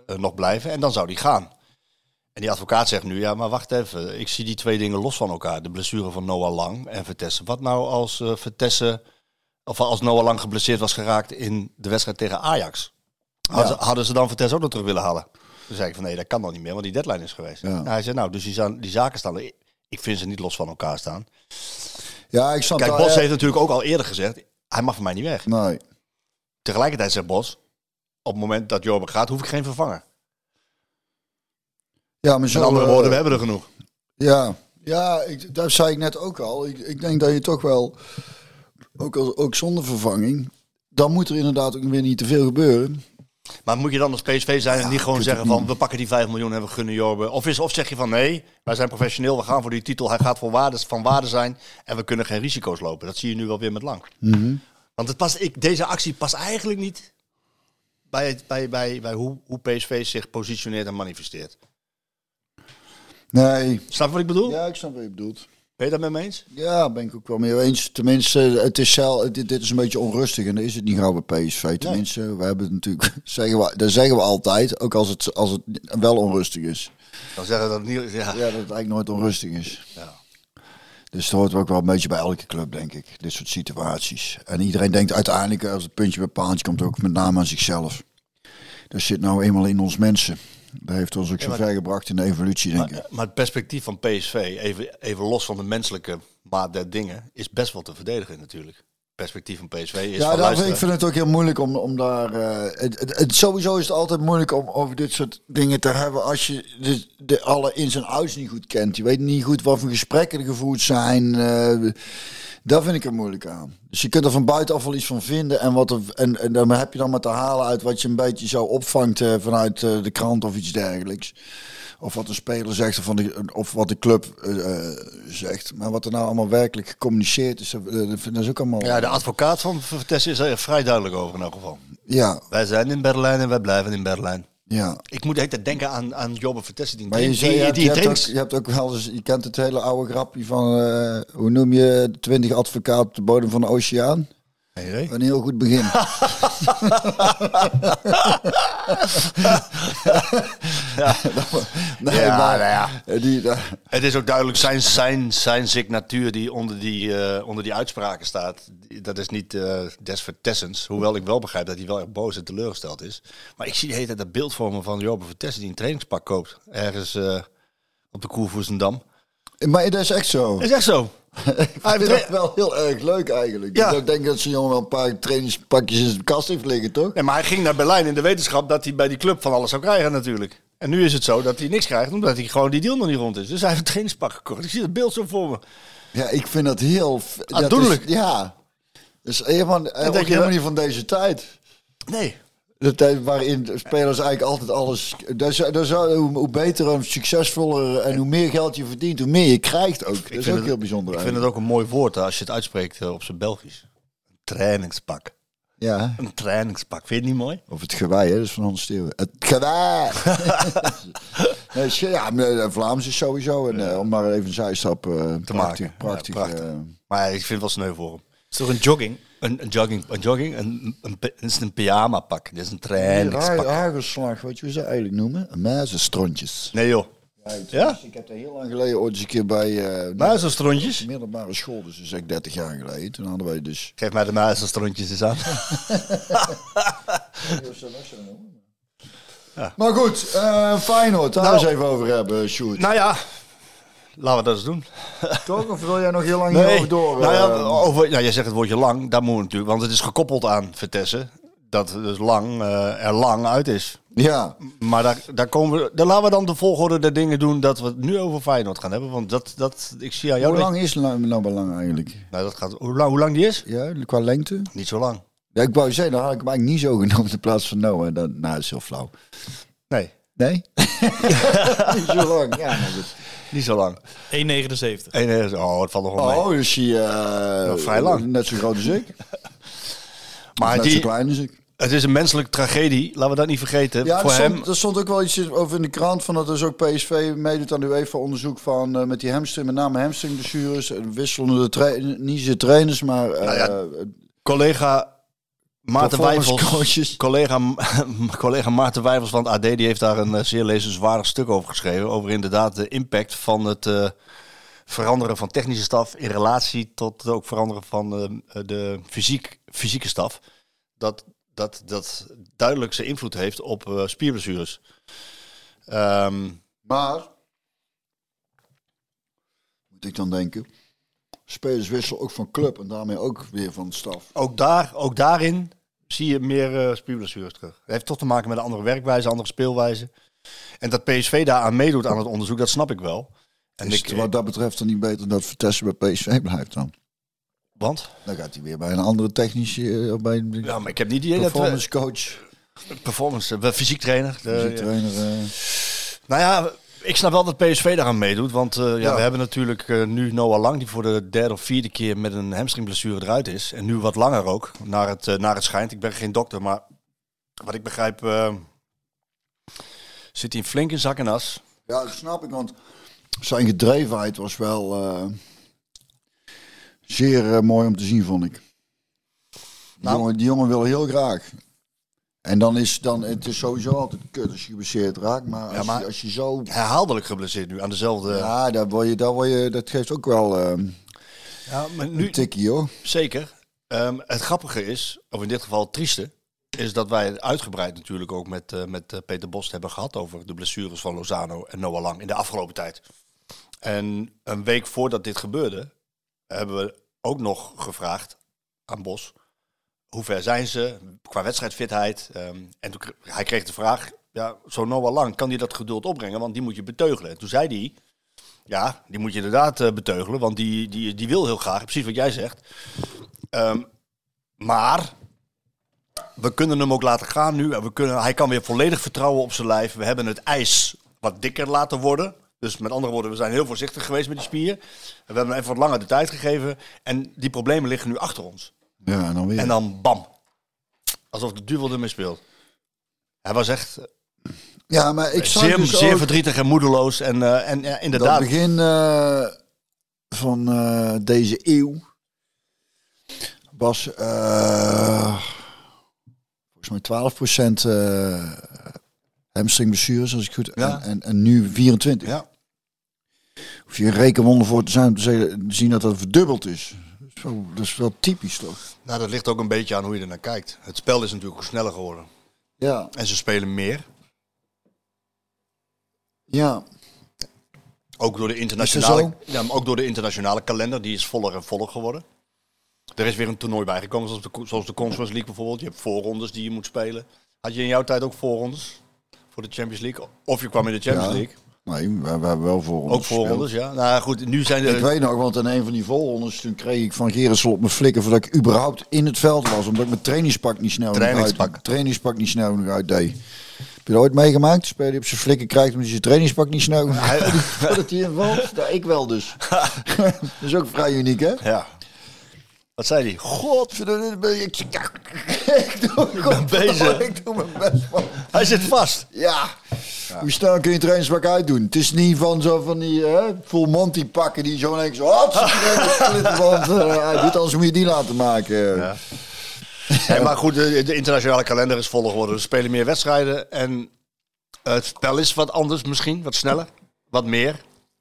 uh, nog blijven en dan zou die gaan. En die advocaat zegt nu, ja, maar wacht even. Ik zie die twee dingen los van elkaar. De blessure van Noah Lang en Vertessen. Wat nou als uh, Vertessen, of als Noah Lang geblesseerd was geraakt in de wedstrijd tegen Ajax? Hadden, ja. ze, hadden ze dan Vertessen ook nog terug willen halen? Toen zei ik van nee, dat kan dan niet meer, want die deadline is geweest. Ja. Nou, hij zei nou, dus die, za- die zaken staan, ik vind ze niet los van elkaar staan. Ja, ik snap Kijk, dat, Bos ja. heeft natuurlijk ook al eerder gezegd, hij mag van mij niet weg. Nee. Tegelijkertijd zegt Bos, op het moment dat Jorben gaat, hoef ik geen vervanger. Ja, maar zo, Met andere uh, woorden, we hebben er genoeg. Ja, ja ik, dat zei ik net ook al. Ik, ik denk dat je toch wel, ook, als, ook zonder vervanging, dan moet er inderdaad ook weer niet te veel gebeuren. Maar moet je dan als P S V zijn en Ja, niet gewoon ik zeggen niet. van, we pakken die vijf miljoen en we gunnen Jorben? Of, is, of zeg je van nee, wij zijn professioneel, we gaan voor die titel, hij gaat voor waarde, van waarde zijn en we kunnen geen risico's lopen. Dat zie je nu wel weer met Lang. Mm-hmm. Want het past, ik, deze actie past eigenlijk niet bij, bij, bij, bij hoe, hoe P S V zich positioneert en manifesteert. Nee. Snap je wat ik bedoel? Ja, ik snap wat je bedoelt. Ben je dat met me eens? Ja, ben ik ook wel mee eens. Tenminste, het is zelf, dit, dit is een beetje onrustig en dan is het niet gauw bij P S V. Tenminste, nee. We hebben het natuurlijk, zeggen we, dat zeggen we altijd, ook als het, als het wel onrustig is. Dan zeggen we dat het niet. Ja, ja dat het eigenlijk nooit onrustig is. Ja. Dus dat hoort ook wel een beetje bij elke club, denk ik. Dit soort situaties. En iedereen denkt uiteindelijk, als het puntje bij paaltje komt, ook met name aan zichzelf. Dat zit nou eenmaal in ons mensen. Dat heeft ons ook zo ja, ver gebracht in de evolutie, denk maar, ik. maar het perspectief van P S V, even, even los van de menselijke maat der dingen, is best wel te verdedigen natuurlijk. Het perspectief van P S V is ja, van daarom, ik luisteren. vind het ook heel moeilijk om, om daar... Uh, het, het, het, sowieso is het altijd moeilijk om over dit soort dingen te hebben als je de, de alle ins en outs niet goed kent. Je weet niet goed wat voor gesprekken er gevoerd zijn. Uh, daar vind ik er moeilijk aan. Dus je kunt er van buitenaf wel iets van vinden. En, wat er, en, en dan heb je dan maar te halen uit wat je een beetje zo opvangt uh, vanuit uh, de krant of iets dergelijks. Of wat de speler zegt of, van de, of wat de club uh, zegt. Maar wat er nou allemaal werkelijk gecommuniceerd is, uh, dat is ook allemaal... Ja, de advocaat van Vertessen is er vrij duidelijk over in elk geval. Ja. Wij zijn in Berlijn en wij blijven in Berlijn. Ja. Ik moet echt denken aan, aan Jorben Vertessen. Die, Maar je, die, zei, je, die, hebt, die je, hebt ook, trainings... je hebt ook wel eens, je kent het hele oude grapje van, uh, hoe noem je twintig advocaten op de bodem van de oceaan? Geen idee. Een heel goed begin. ja. nee, ja, maar, nou ja. Die, uh, Het is ook duidelijk zijn, zijn, zijn signatuur die onder die, uh, onder die uitspraken staat. Dat is niet uh, des Vertessens. Hoewel ik wel begrijp dat hij wel erg boos en teleurgesteld is. Maar ik zie de hele tijd dat beeld voor me van Jorben Vertessen die een trainingspak koopt. Ergens uh, op de Koervoetsendam. Maar dat is echt zo. Dat is echt zo. Ik vind dat wel heel erg leuk eigenlijk. Ja. Ik denk dat zo'n jongen wel een paar trainingspakjes in de kast heeft liggen, toch? Nee, maar hij ging naar Berlijn in de wetenschap dat hij bij die club van alles zou krijgen natuurlijk. En nu is het zo dat hij niks krijgt omdat hij gewoon die deal nog niet rond is. Dus hij heeft een trainingspak gekocht. Ik zie het beeld zo voor me. Ja, ik vind dat heel... Aandoenlijk. Dat is, ja. Dus helemaal, ook je helemaal dat... niet van deze tijd. Nee. De tijd waarin de spelers eigenlijk altijd alles... Dat is, dat is, hoe, hoe beter en succesvoller en hoe meer geld je verdient, hoe meer je krijgt ook. Dat is ook het, heel bijzonder. Ik vind het ook een mooi woord als je het uitspreekt uh, op zijn Belgisch. Een trainingspak. Ja. Een trainingspak. Vind je het niet mooi? Of het gewei, hè? Dat is van Hans Steeuwen. Het gewei! nee, ja, Vlaams is sowieso. En, uh, om maar even een zijstap uh, te prachtig, maken. Prachtig. Ja, prachtig. Uh, maar ik vind het wel sneu voor hem. Is toch een jogging? Een, een jogging, een jogging, een, een, een, is een pyjama pak. Dit is een trainingspak. Hagelslag, wat je ze eigenlijk noemen? Muizenstrontjes. Nee joh. Ja, ja? Ik heb daar heel lang geleden ooit eens een keer bij... Uh, muizenstrontjes? Middelbare school, dus dat is echt dertig jaar geleden. Toen hadden wij dus... Geef mij de muizenstrontjes eens aan. ja. Maar goed, uh, Feyenoord, daar nou, eens even over hebben, Sjoerd. Nou ja, laten we dat eens doen. Toch? Of wil jij nog heel lang nee. hierover door? Nou ja, over, nou, jij zegt het woordje lang, dat moet natuurlijk, want het is gekoppeld aan Vertessen. Dat dus lang uh, er lang uit is. Ja. Maar daar, daar komen we, dan laten we dan de volgorde der dingen doen dat we het nu over Feyenoord gaan hebben. Want dat, dat ik zie aan jou. Hoe lang is nou, nou wel lang eigenlijk? Nou, dat gaat, hoe, lang, hoe lang die is? Ja, qua lengte? Niet zo lang. Ja, ik wou zeggen, dan had ik hem eigenlijk niet zo genoemd in plaats van Noah. Dat, nou, dat is heel flauw. Nee. Nee? Niet zo lang, ja. Maar goed. Niet zo lang. één negenenzeventig. Oh, het valt nog wel mee. Oh, dus hij uh, nog vrij lang. Net zo groot als ik. Maar net die, zo klein als ik. Het is een menselijke tragedie, laten we dat niet vergeten. Ja, voor er, hem. stond, er stond ook wel iets over in de krant van dat dus ook P S V meedoet aan de UEFA-onderzoek van uh, met die hamstring, met name hamstringblessures, wisselende tra- niet de trainers, maar uh, nou ja, collega Maarten Wijfels, coaches. collega, collega Maarten Wijfels van het A D, die heeft daar een uh, zeer lezenswaardig stuk over geschreven. Over inderdaad de impact van het uh, veranderen van technische staf in relatie tot ook veranderen van uh, de fysiek, fysieke staf. Dat, dat, dat duidelijk zijn invloed heeft op uh, spierblessures. Um, maar, moet ik dan denken, spelers wisselen ook van club en daarmee ook weer van staf. Ook, daar, ook daarin zie je meer uh, spierblessures terug. Het heeft toch te maken met een andere werkwijze, andere speelwijze. En dat P S V daaraan meedoet aan het onderzoek, dat snap ik wel. En is ik, het wat dat betreft dan niet beter dat Vertessen bij P S V blijft dan? Want? Dan gaat hij weer bij een andere technische, uh, bij een ja, maar ik heb niet die performance coach. Performance, uh, fysiek trainer. De, fysiek trainer. Uh... Nou ja, ik snap wel dat P S V daaraan meedoet. Want uh, ja, ja. we hebben natuurlijk uh, nu Noah Lang, die voor de derde of vierde keer met een hamstringblessure eruit is. En nu wat langer ook, naar het, uh, naar het schijnt. Ik ben geen dokter, maar wat ik begrijp, uh, zit hij flink in zak en as. Ja, dat snap ik, want zijn gedrevenheid was wel uh, zeer uh, mooi om te zien, vond ik. Die, nou. jongen, die jongen wil heel graag. En dan is dan, het is sowieso altijd kut als je geblesseerd raakt, maar als, ja, maar je, als je zo herhaaldelijk geblesseerd nu aan dezelfde. Ja, daar word je, daar word je, dat geeft ook wel uh, ja, maar nu, een tikkie, hoor. Zeker. Um, het grappige is, of in dit geval het trieste, is dat wij het uitgebreid natuurlijk ook met, uh, met uh, Peter Bos hebben gehad over de blessures van Lozano en Noah Lang in de afgelopen tijd. En een week voordat dit gebeurde, hebben we ook nog gevraagd aan Bos, hoe ver zijn ze qua wedstrijdfitheid? Um, en toen, hij kreeg de vraag, ja, zo Noah Lang, kan die dat geduld opbrengen? Want die moet je beteugelen. En toen zei hij, ja, die moet je inderdaad uh, beteugelen, want die, die, die wil heel graag, precies wat jij zegt. Um, maar we kunnen hem ook laten gaan nu. We kunnen, hij kan weer volledig vertrouwen op zijn lijf. We hebben het ijs wat dikker laten worden. Dus met andere woorden, we zijn heel voorzichtig geweest met die spier. We hebben hem even wat langer de tijd gegeven. En die problemen liggen nu achter ons. Ja, en dan weer. En dan bam. Alsof de duivel ermee speelt. Hij was echt ja, maar ik zeer, dus zeer ook verdrietig en moedeloos. En, uh, en uh, inderdaad. Dat begin uh, van uh, deze eeuw was uh, volgens mij twaalf procent uh, hamstringblessures, als ik goed ja. en, en, en nu vierentwintig. Ja. Hoef je een rekenwonder voor te zijn om te zien dat dat verdubbeld is. Zo, dat is wel typisch, toch? Nou, dat ligt ook een beetje aan hoe je er naar kijkt. Het spel is natuurlijk ook sneller geworden. Ja. En ze spelen meer. Ja. Ook door de internationale, ja, maar ook door de internationale kalender, die is voller en voller geworden. Er is weer een toernooi bijgekomen, zoals de, zoals de Conference League bijvoorbeeld. Je hebt voorrondes die je moet spelen. Had je in jouw tijd ook voorrondes voor de Champions League? Of je kwam in de Champions ja. League? Nee, we, we hebben wel voorrondes. Ook voorrondes, ja. Nou goed, nu zijn er... Ik weet nog, want in een van die voorrondes toen kreeg ik van Gerritsen op mijn flikken voordat ik überhaupt in het veld was, omdat ik mijn trainingspak niet snel trainingspak. uit, trainingspak niet snel nog uit deed. Heb je dat ooit meegemaakt? Speel je op zijn flikken krijgt omdat je zijn trainingspak niet snel voordat hij invalt? Ja, ik wel dus. Dat is ook vrij uniek, hè? Ja. Wat zei hij? God, ik doe, ik ben bezig. Ik doe mijn best, man. Hij zit vast. Ja. Ja. Hoe snel kun je trainingspak uitdoen? Het is niet van zo van die hè, full Monty pakken die zo ineens zo hop, want uh, hij doet, anders moet je die laten maken. Ja. Ja, maar goed, de, de internationale kalender is voller geworden. We spelen meer wedstrijden en het spel is wat anders misschien, wat sneller, wat meer.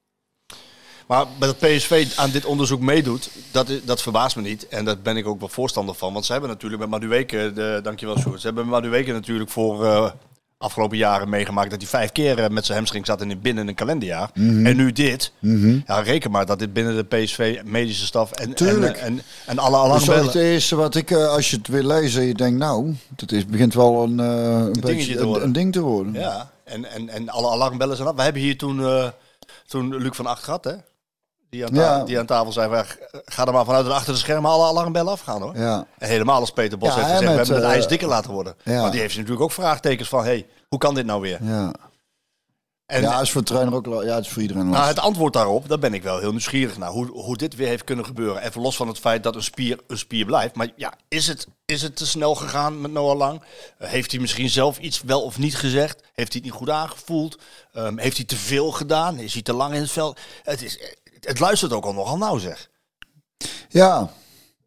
Maar dat P S V aan dit onderzoek meedoet, dat, dat verbaast me niet. En daar ben ik ook wel voorstander van. Want ze hebben natuurlijk met Madueke, de, dankjewel Sjoerd, ze hebben met Madueke natuurlijk voor uh, afgelopen jaren meegemaakt dat hij vijf keer uh, met zijn hamstring zat in binnen een kalenderjaar. Mm-hmm. En nu dit. Mm-hmm. Ja, reken maar dat dit binnen de P S V medische staf en, en, en, en, en alle alarmbellen. Dat is het eerste wat ik, uh, als je het wil lezen, je denkt nou, dat is, begint wel een, uh, een, een, beetje, een, een ding te worden. Ja, en, en, en alle alarmbellen zijn af. We hebben hier toen, uh, toen Luc van Acht gehad, hè? Die aan, ta- ja. die aan tafel zei, ga er maar vanuit dat achter de schermen alle alarmbellen afgaan, hoor. Ja. En helemaal als Peter Bos ja, heeft gezegd, met, we hebben het ijs dikker laten worden. Ja. Maar die heeft natuurlijk ook vraagtekens van, hey, hoe kan dit nou weer? Ja, en, ja is voor de trainer ook, ja, het is voor iedereen lastig. Nou, het antwoord daarop, daar ben ik wel heel nieuwsgierig naar. Hoe, hoe dit weer heeft kunnen gebeuren. Even los van het feit dat een spier een spier blijft. Maar ja, is het, is het te snel gegaan met Noah Lang? Uh, heeft hij misschien zelf iets wel of niet gezegd? Heeft hij het niet goed aangevoeld? Um, heeft hij te veel gedaan? Is hij te lang in het veld? Het is... Het luistert ook al nogal nauw, zeg. Ja.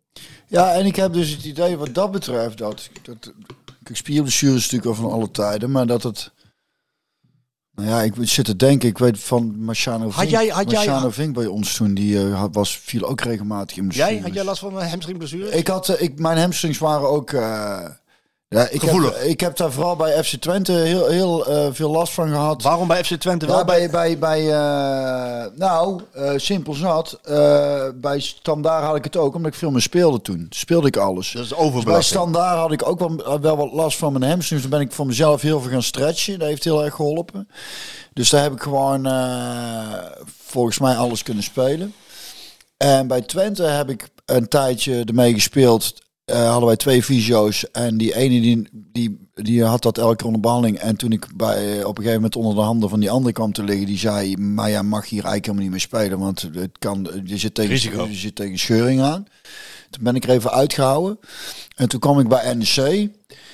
Ja, en ik heb dus het idee wat dat betreft dat... dat ik spierblessure is natuurlijk al van alle tijden, maar dat het... Nou ja, ik zit te denken, ik weet van Marciano Vink, jij- had jij- Marciano Vink bij ons toen, die uh, had- was, viel ook regelmatig in blessures. Jij, had jij last van een hamstringblessure? Ik had, uh, ik, mijn hamstrings waren ook... Uh, ja, ik, Gevoelig. heb, ik heb daar vooral bij F C Twente heel, heel uh, veel last van gehad. Waarom bij F C Twente wel? Ja, bij, bij, bij uh, nou, uh, simpel zat. Uh, bij Standaard had ik het ook, omdat ik veel meer speelde toen. Speelde ik alles. Dat is Dus bij overbelasting. Standaard had ik ook wel, wel wat last van mijn hamstrings. Toen ben ik voor mezelf heel veel gaan stretchen. Dat heeft heel erg geholpen. Dus daar heb ik gewoon uh, volgens mij alles kunnen spelen. En bij Twente heb ik een tijdje ermee gespeeld. Uh, hadden wij twee fysio's. En die ene die, die, die had dat elke keer onder behandeling. En toen ik bij, op een gegeven moment onder de handen van die andere kwam te liggen. Die zei, maar ja, mag hier eigenlijk helemaal niet meer spelen. Want het kan, je, zit tegen, Risico. je zit tegen scheuring aan. Toen ben ik er even uitgehouden. En toen kwam ik bij N E C.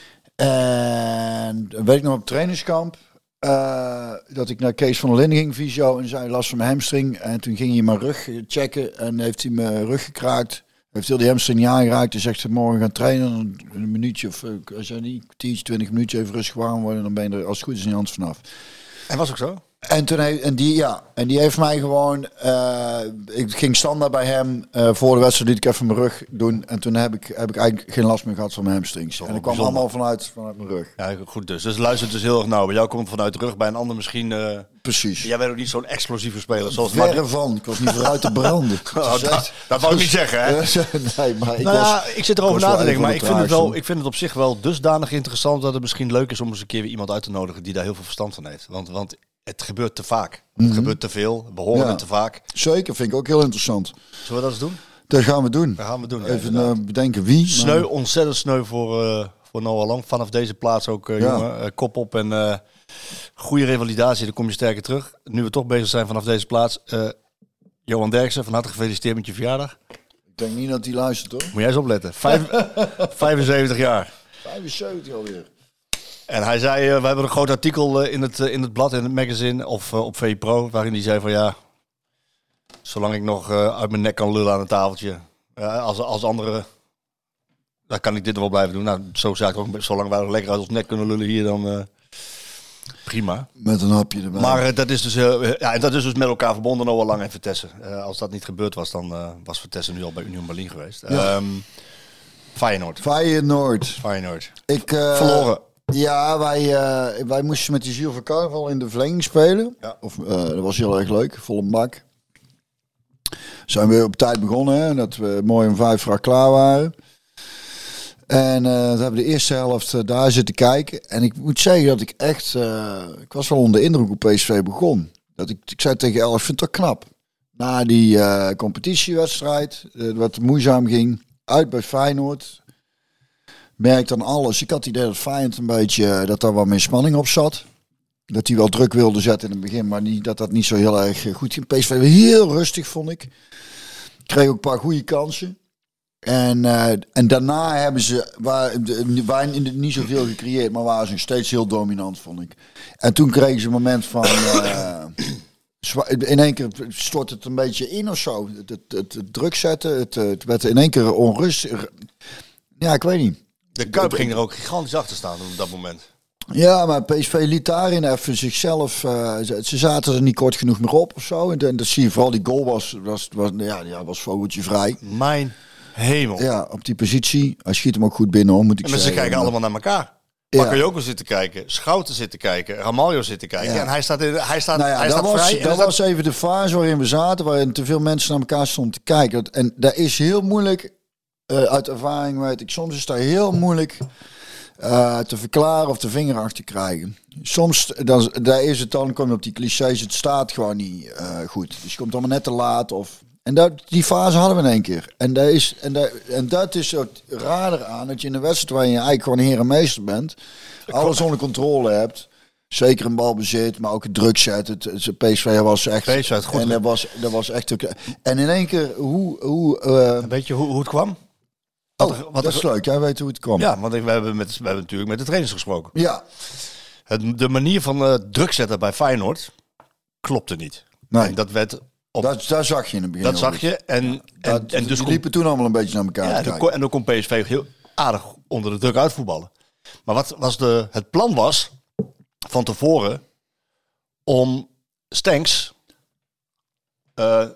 En weet ik nog op trainingskamp. Uh, dat ik naar Kees van der Linden ging, fysio. En zei, last van mijn hamstring. En toen ging hij mijn rug checken. En heeft hij mijn rug gekraakt. Heeft heel die hamstring niet aangeraakt. En zegt ze morgen gaan trainen. Een minuutje of als jij niet tien, twintig minuutjes even rustig warm worden. Dan ben je er als het goed is niet anders vanaf. En was ook zo? En toen heeft, en die, ja, en die heeft mij gewoon, uh, ik ging standaard bij hem, uh, voor de wedstrijd liet ik even mijn rug doen. En toen heb ik, heb ik eigenlijk geen last meer gehad van mijn hamstrings. En dat kwam bijzonder. allemaal vanuit, vanuit mijn rug. Ja, goed dus. Dus luistert dus heel erg nauw. Bij jou komt vanuit de rug, bij een ander misschien... Uh... Precies. Jij bent ook niet zo'n explosieve speler zoals Verre Mark. van, ik was niet vooruit te branden. Oh, dat, dat wou ik niet zeggen, hè? Nee, maar ik Nou was, ja, ik zit erover was na wel te denken, een maar van ik de vind, het wel, traagsten. ik vind het op zich wel dusdanig interessant dat het misschien leuk is om eens een keer weer iemand uit te nodigen die daar heel veel verstand van heeft. Want, want het gebeurt te vaak. Mhm. Het gebeurt te veel. We horen Ja. het te vaak. Zeker, vind ik ook heel interessant. Zullen we dat eens doen? Dat gaan we doen. Dat gaan we doen. ja, Even inderdaad. uh, bedenken wie. Sneu, maar- ontzettend sneu voor, uh, voor Noah Lang. Vanaf deze plaats ook, uh, Ja. jongen. Uh, kop op en uh, goede revalidatie. Dan kom je sterker terug. Nu we toch bezig zijn vanaf deze plaats. Uh, Johan Derksen, van harte gefeliciteerd met je verjaardag. Ik denk niet dat hij luistert, hoor. Moet jij eens opletten. Vijf, vijfenzeventig jaar. vijfenzeventig alweer. En hij zei, uh, we hebben een groot artikel uh, in, het, uh, in het blad, in het magazine of uh, op V I Pro, waarin hij zei van ja, zolang ik nog uh, uit mijn nek kan lullen aan een tafeltje, uh, als, als anderen, dan kan ik dit wel blijven doen. Nou, zo zei ik ook, zolang wij nog lekker uit ons nek kunnen lullen hier, dan uh, prima. Met een hapje erbij. Maar uh, dat is dus, uh, ja, en dat is dus met elkaar verbonden, Noah Lang en Vitesse. Uh, als dat niet gebeurd was, dan uh, was Vitesse nu al bij Union Berlin geweest. Ja. Um, Feyenoord. Feyenoord. Feyenoord. Ik, uh, Verloren. Ja, wij, uh, wij moesten met die Ziel van Carnaval in de verlenging spelen. Ja. Of, uh, dat was heel erg leuk, volle bak. Zijn we op tijd begonnen, hè, dat we mooi om vijf voor klaar waren. En uh, toen hebben we de eerste helft uh, daar zitten kijken. En ik moet zeggen dat ik echt, uh, ik was wel onder de indruk hoe P S V begon. Dat ik, ik zei tegen Elf, ik vind het toch knap. Na die uh, competitiewedstrijd, uh, wat moeizaam ging, uit bij Feyenoord. Merk dan alles. Ik had het idee dat Feyenoord een beetje, dat daar wat meer spanning op zat. Dat hij wel druk wilde zetten in het begin, maar niet, dat dat niet zo heel erg goed ging. P S V heel rustig, vond ik. Kreeg ook een paar goede kansen. En, uh, en daarna hebben ze, waar, waar niet zoveel gecreëerd, maar waren ze nog steeds heel dominant, vond ik. En toen kregen ze een moment van, uh, in één keer stort het een beetje in of zo. Het, het, het, het druk zetten, het, het werd in één keer onrustig. Ja, ik weet niet. De Kuip ging er ook gigantisch achter staan op dat moment. Ja, maar P S V liet daarin even zichzelf... Uh, ze, ze zaten er niet kort genoeg meer op of zo. En, en dat zie je vooral, die goal was, was, was, ja, ja, was vogeltje vrij. Mijn hemel. Ja, op die positie. Hij schiet hem ook goed binnen, hoor, moet ik En mensen zeggen. kijken allemaal naar elkaar. Ja. Bakayoko zit te kijken, Schouten zit te kijken, Ramaljo zit te kijken. Ja. En hij staat, in, hij staat, Nou ja, hij dat, staat was, vrij. en dat hij was staat- even de fase waarin we zaten, waarin te veel mensen naar elkaar stonden te kijken. En dat is heel moeilijk, uh, uit ervaring weet ik, soms is dat heel moeilijk uh, te verklaren of de vinger achter te krijgen. Soms, dan, daar is het dan, kom je op die clichés, het staat gewoon niet uh, goed. Dus je komt allemaal net te laat of... En dat, die fase hadden we in één keer. En dat is, en dat, en dat is het raar aan, dat je in een wedstrijd waarin je eigenlijk gewoon heer en meester bent, alles onder controle hebt. Zeker een balbezit, maar ook het druk zetten. Het, het P S V was echt... P S V had goed en dat was, dat was echt... ook- En in één keer, hoe... hoe uh, Weet je hoe, hoe het kwam? oh, Wat er- wat dat er- is leuk. Jij weet hoe het kwam. Ja, want ik, we, hebben met, we hebben natuurlijk met de trainers gesproken. Ja. Het, de manier van uh, druk zetten bij Feyenoord klopte niet. Nee. En dat werd Op, dat, daar zag je in het begin. Dat zag je. En, en, dat, en dus die liepen toen allemaal een beetje naar elkaar ja, te en, kijken. dan kon, en dan kon P S V heel aardig onder de druk uitvoetballen. Maar wat was de, het plan was van tevoren om Stenks uh,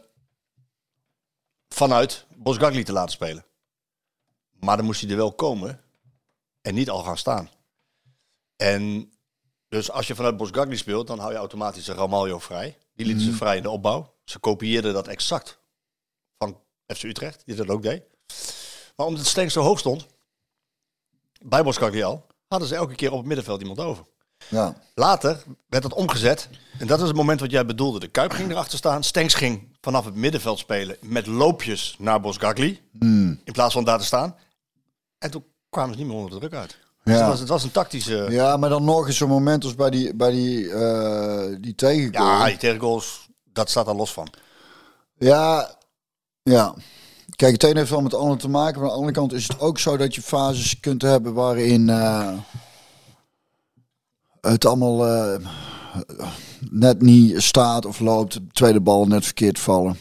vanuit Bosz-Ghali te laten spelen. Maar dan moest hij er wel komen en niet al gaan staan. En dus als je vanuit Bosz-Ghali speelt, dan hou je automatisch een Ramaljo vrij. Die lieten mm. ze vrij in de opbouw. Ze kopieerden dat exact van F C Utrecht, die dat ook deed. Maar omdat Stenks zo hoog stond, bij Bosz-Ghali al, hadden ze elke keer op het middenveld iemand over. Ja. Later werd dat omgezet. En dat is het moment wat jij bedoelde. De Kuip ging erachter staan. Stenks ging vanaf het middenveld spelen met loopjes naar Bosz-Ghali. Mm. In plaats van daar te staan. En toen kwamen ze niet meer onder de druk uit. Dus ja. het, was, het was een tactische... Ja, maar dan nog eens zo'n moment als bij die, bij die, uh, die tegengoal. Ja, die tegengoals, dat staat er los van. Ja, ja. Kijk, het ene heeft wel met het andere te maken. Maar aan de andere kant is het ook zo dat je fases kunt hebben waarin uh, het allemaal uh, net niet staat of loopt. De tweede bal net verkeerd vallen.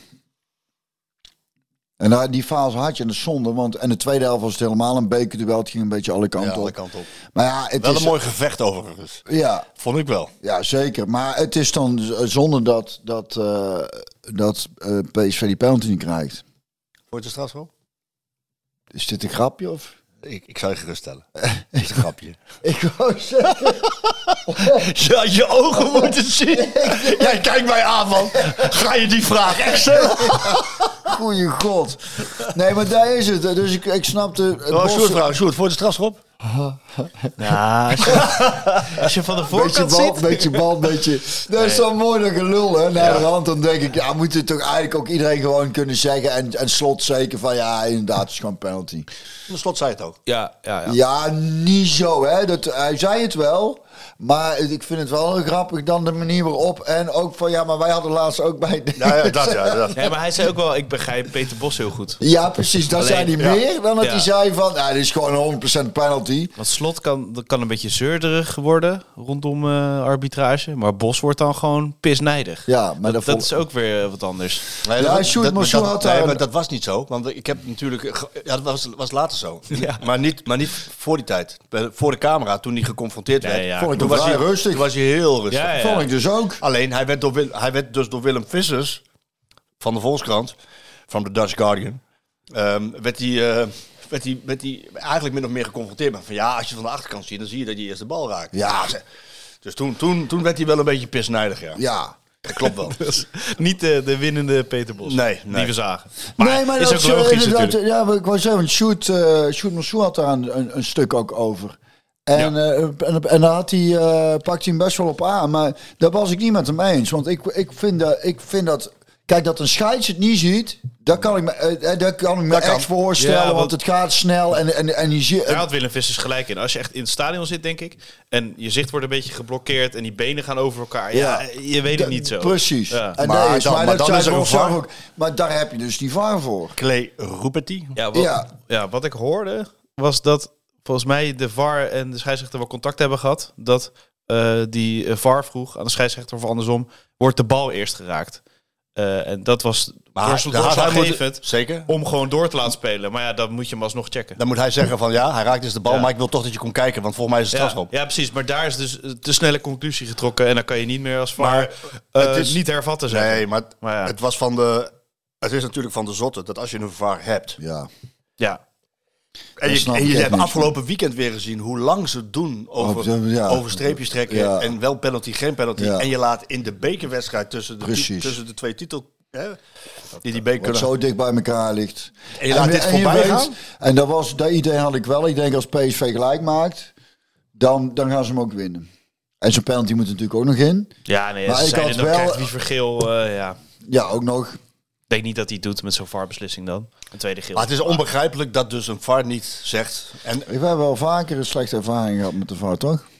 En daar, die fase had je in de zonde, want en de tweede helft was het helemaal een bekerduel. Het ging een beetje alle kanten ja, alle op. kanten op. Maar ja, het wel is een mooi gevecht overigens. Ja, vond ik wel. Ja, zeker. Maar het is dan zonde dat dat uh, dat uh, P S V die penalty niet krijgt. Vond je het strafschop? Is dit een grapje of? Ik, ik zou je geruststellen. Het is een grapje. Ik wou zeggen. Je had je ogen moeten zien. Jij kijkt mij aan van, ga je die vraag echt stellen? Goeie god. Nee, maar daar is het. Dus ik, ik snapte... Oh, Sjoerd, vrouw. Sjoerd, voor de strafschop? Nou, als je, als je van de voorkant beetje bal, ziet... Beetje bal, beetje... Dat is zo mooi dat gelul, hè. Naar ja. de hand, dan denk ik... Ja, moet het toch eigenlijk ook iedereen gewoon kunnen zeggen. En, en Slot zeker van... Ja, inderdaad, het is gewoon penalty. De Slot zei het ook. Ja, ja, ja. ja niet zo, hè. Dat, hij zei het wel... Maar ik vind het wel heel grappig dan de manier waarop. En ook van, ja, maar wij hadden laatst ook bij... De... Ja, ja, dat, ja, dat. Ja, maar hij zei ook wel, ik begrijp Peter Bos heel goed. Ja, precies. Dat zei hij ja. meer dan dat ja. hij zei van... Ja, dit is gewoon een honderd procent penalty. Want Slot kan, dat kan een beetje zeurderig worden rondom uh, arbitrage. Maar Bos wordt dan gewoon pisnijdig. Ja, maar dat, dat, dat is ook weer wat anders. Nee, ja, dat, Sjoerd, dat, maar dat, zo dat, had nee, hij... maar dat was niet zo. Want ik heb natuurlijk... Ja, dat was, was later zo. Ja. Maar, niet, maar niet voor die tijd. Voor de camera, toen hij geconfronteerd werd. Ja, ja. Vond ik toen hem was vrij hij rustig. Toen was hij heel rustig. Ja, ja. Vond ik dus ook. Alleen, hij werd, door, hij werd dus door Willem Vissers van de Volkskrant, van de Dutch Guardian, um, werd hij... Uh, werd hij, werd hij eigenlijk min of meer geconfronteerd met van ja, als je van de achterkant ziet, dan zie je dat je eerst de bal raakt. Ja. Dus toen, toen, toen werd hij wel een beetje pisnijdig, ja. Ja. Dat klopt wel. Dus niet de, de winnende Peter Bos. Nee, nee. Die we zagen. Maar, nee, maar is dat ook logisch inderdaad, natuurlijk. ja, ik wou zeggen, want Sjoerd, uh, Sjoerd Monsou had daar een, een, een stuk ook over. En, ja. uh, en, en daar had hij, uh, pakt hij hem best wel op aan. Maar daar was ik niet met hem eens. Want ik, ik, vind, dat, ik vind dat... Kijk, dat een scheids het niet ziet, dat kan ik me, uh, dat kan ik me dat echt kan. voorstellen. Ja, want, want het gaat snel en, en, en je ziet... Daar had Willem Vissers gelijk in. Als je echt in het stadion zit, denk ik, en je zicht wordt een beetje geblokkeerd en die benen gaan over elkaar. Ja, ja je weet het niet zo. Precies. Ja. En maar, is, dan, maar, maar dat dan is er een zelf V A R. ook. Maar daar heb je dus die V A R voor. Clay Rupetti. Ja, wat, Ja. ja, wat ik hoorde was dat volgens mij de V A R en de scheidsrechter wel contact hebben gehad. Dat uh, die V A R vroeg aan de scheidsrechter of andersom, wordt de bal eerst geraakt. Uh, en dat was doorslaggevend zeker om gewoon door te laten spelen. Maar ja, dan moet je hem alsnog checken. Dan moet hij zeggen van ja, hij raakt dus de bal, ja. maar ik wil toch dat je kon kijken, want volgens mij is het strafschop. Ja, ja, precies. Maar daar is dus te snelle conclusie getrokken en dan kan je niet meer als V A R Maar uh, het is niet hervatten zeggen. Nee, maar, maar ja. het was van de. Het is natuurlijk van de zotte dat als je een V A R hebt. Ja. Ja. En je, en je hebt afgelopen weekend weer gezien hoe lang ze doen over, oh, ja. over streepjes trekken. Ja. En wel penalty, geen penalty. Ja. En je laat in de bekerwedstrijd tussen de, ti- tussen de twee titel. Hè, die die beker Wat zo dicht bij elkaar ligt. En je laat en, dit en voorbij je weet, gaan. En dat, was, dat idee had ik wel. Ik denk als P S V gelijk maakt, dan, dan gaan ze hem ook winnen. En zo'n penalty moet er natuurlijk ook nog in. Ja, nee, maar ze ik zijn had er dan wel- krijgt Wiever geel. Uh, ja. Ja, ook nog. Ik denk niet dat hij het doet met zo'n V A R-beslissing dan. Een tweede geel. Maar het is onbegrijpelijk dat dus een V A R niet zegt. En We hebben wel vaker een slechte ervaring gehad met de V A R, toch?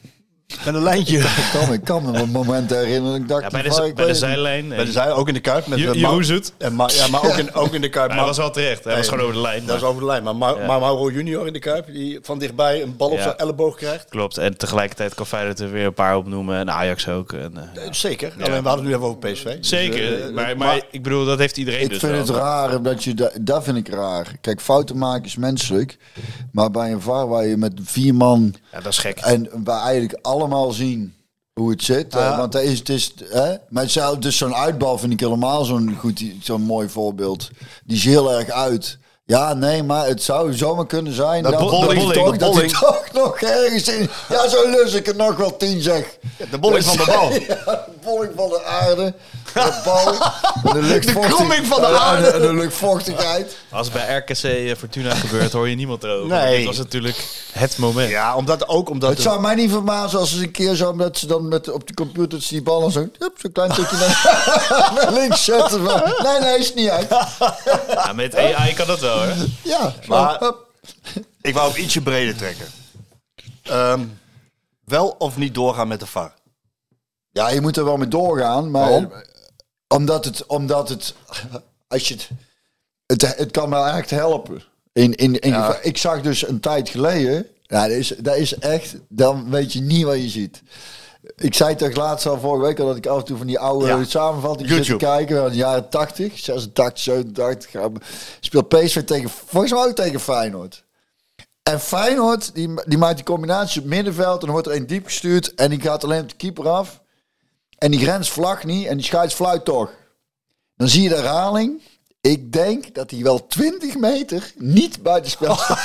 Met een lijntje. Ik kan, ik kan me een moment herinneren. Ik dacht, Ja, bij die de, var, bij ik de weet zijlijn. Bij de zij, ook in de Kuip. Met Je- de Jeroen Zoet. En Ma- ja, maar ook in, ook in de Kuip. Hij was wel terecht. Hij was gewoon over de lijn. Dat is maar- over de lijn. Maar, Ma- Ja. maar Mauro junior in de Kuip, die van dichtbij een bal op Ja. zijn elleboog krijgt. Klopt. En tegelijkertijd kan Feyenoord er weer een paar opnoemen. En Ajax ook. En, uh, Eh, Zeker. Alleen we hadden het nu even over P S V. Dus, Zeker. eh, maar, maar, maar- ik bedoel, dat heeft iedereen Ik dus vind wel. het raar, dat je da- dat vind ik raar. Kijk, fouten maken is menselijk. Maar bij een V A R waar je met vier man... Ja, dat is gek. En we eigenlijk allemaal zien hoe het zit. Ja. Uh, want dat is, het is, hè? Maar zelf, dus zo'n uitbal vind ik helemaal zo'n goed, zo'n mooi voorbeeld. Die is heel erg uit. Ja, nee, maar het zou zomaar kunnen zijn Dat dat, bo- dat, bolling, hij dat toch, dat hij bolling. toch nog ergens in... Ja, zo lus ik er nog wel tien, zeg. De bolling van de bal. Ja, de bolling van de aarde. De bal. De, luchtvochtig- kromming van de en aarde. En de luchtvochtigheid. Als het bij R K C eh, Fortuna gebeurt, hoor je niemand erover. Nee. Dit was natuurlijk het moment. Ja, omdat ook omdat... Het zou mij niet verbazen als ze een keer zo, omdat ze dan met, op de computer die bal en zo, hup, zo'n klein tikje naar, naar links zetten. Van, nee, nee, is niet uit. Ja, met A I kan dat wel, hoor. Ja, zo, Maar- hup. Ik wou het ietsje breder trekken. Ehm, wel of niet doorgaan met de V A R? Ja, je moet er wel mee doorgaan, maar Waarom? omdat het, omdat het, als je het, het, het kan wel echt helpen. In, in, in, Ja. Ik zag dus een tijd geleden, ja, dat is, dat is echt, dan weet je niet wat je ziet. Ik zei toch laatst al vorige week al dat ik af en toe van die oude Ja. samenvattingen zit te YouTube. kijken uit de jaren tachtig, zesentachtig, zevenentachtig. Ja, speelt P S V tegen, volgens mij ook tegen Feyenoord. En Feyenoord, die, die maakt die combinatie op het middenveld en dan wordt er een diep gestuurd en die gaat alleen op de keeper af. En die grens vlagt niet en die scheids fluit toch. Dan zie je de herhaling. Ik denk dat hij wel twintig meter niet buiten spel staat.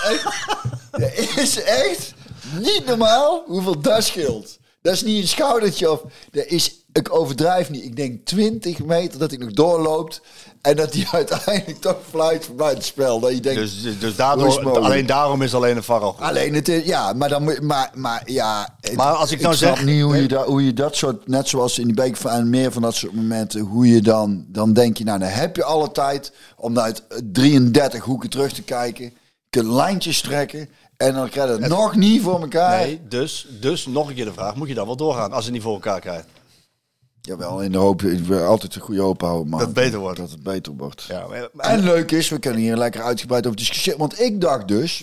Dat is echt niet normaal hoeveel dat scheelt. Dat is niet een schoudertje of... Dat is, ik overdrijf niet. Ik denk twintig meter dat hij nog doorloopt. En dat hij uiteindelijk toch fluit voor buitenspel. Dat je denkt... Dus, dus Hoe is daardoor, het mogelijk? alleen daarom is alleen een V A R al goed. Alleen het is... Ja, maar dan moet... Maar, maar ja... Het, Maar als ik nou snap zeg- niet hoe je, dat, hoe je dat soort... Net zoals in die beker van en meer van dat soort momenten... Hoe je dan... Dan denk je, nou, dan heb je alle tijd... Om uit drieëndertig hoeken terug te kijken. Je kunt lijntjes trekken... En dan krijg je het, nog niet voor elkaar. Nee, dus, dus nog een keer de vraag, moet je dan wel doorgaan als je het niet voor elkaar krijgt? Jawel, in de hoop, ik wil altijd een goede hoop houden, maar Dat het beter wordt. Dat het beter wordt. Ja, maar- En leuk is, we kunnen hier lekker uitgebreid over discussiëren. Want ik dacht dus,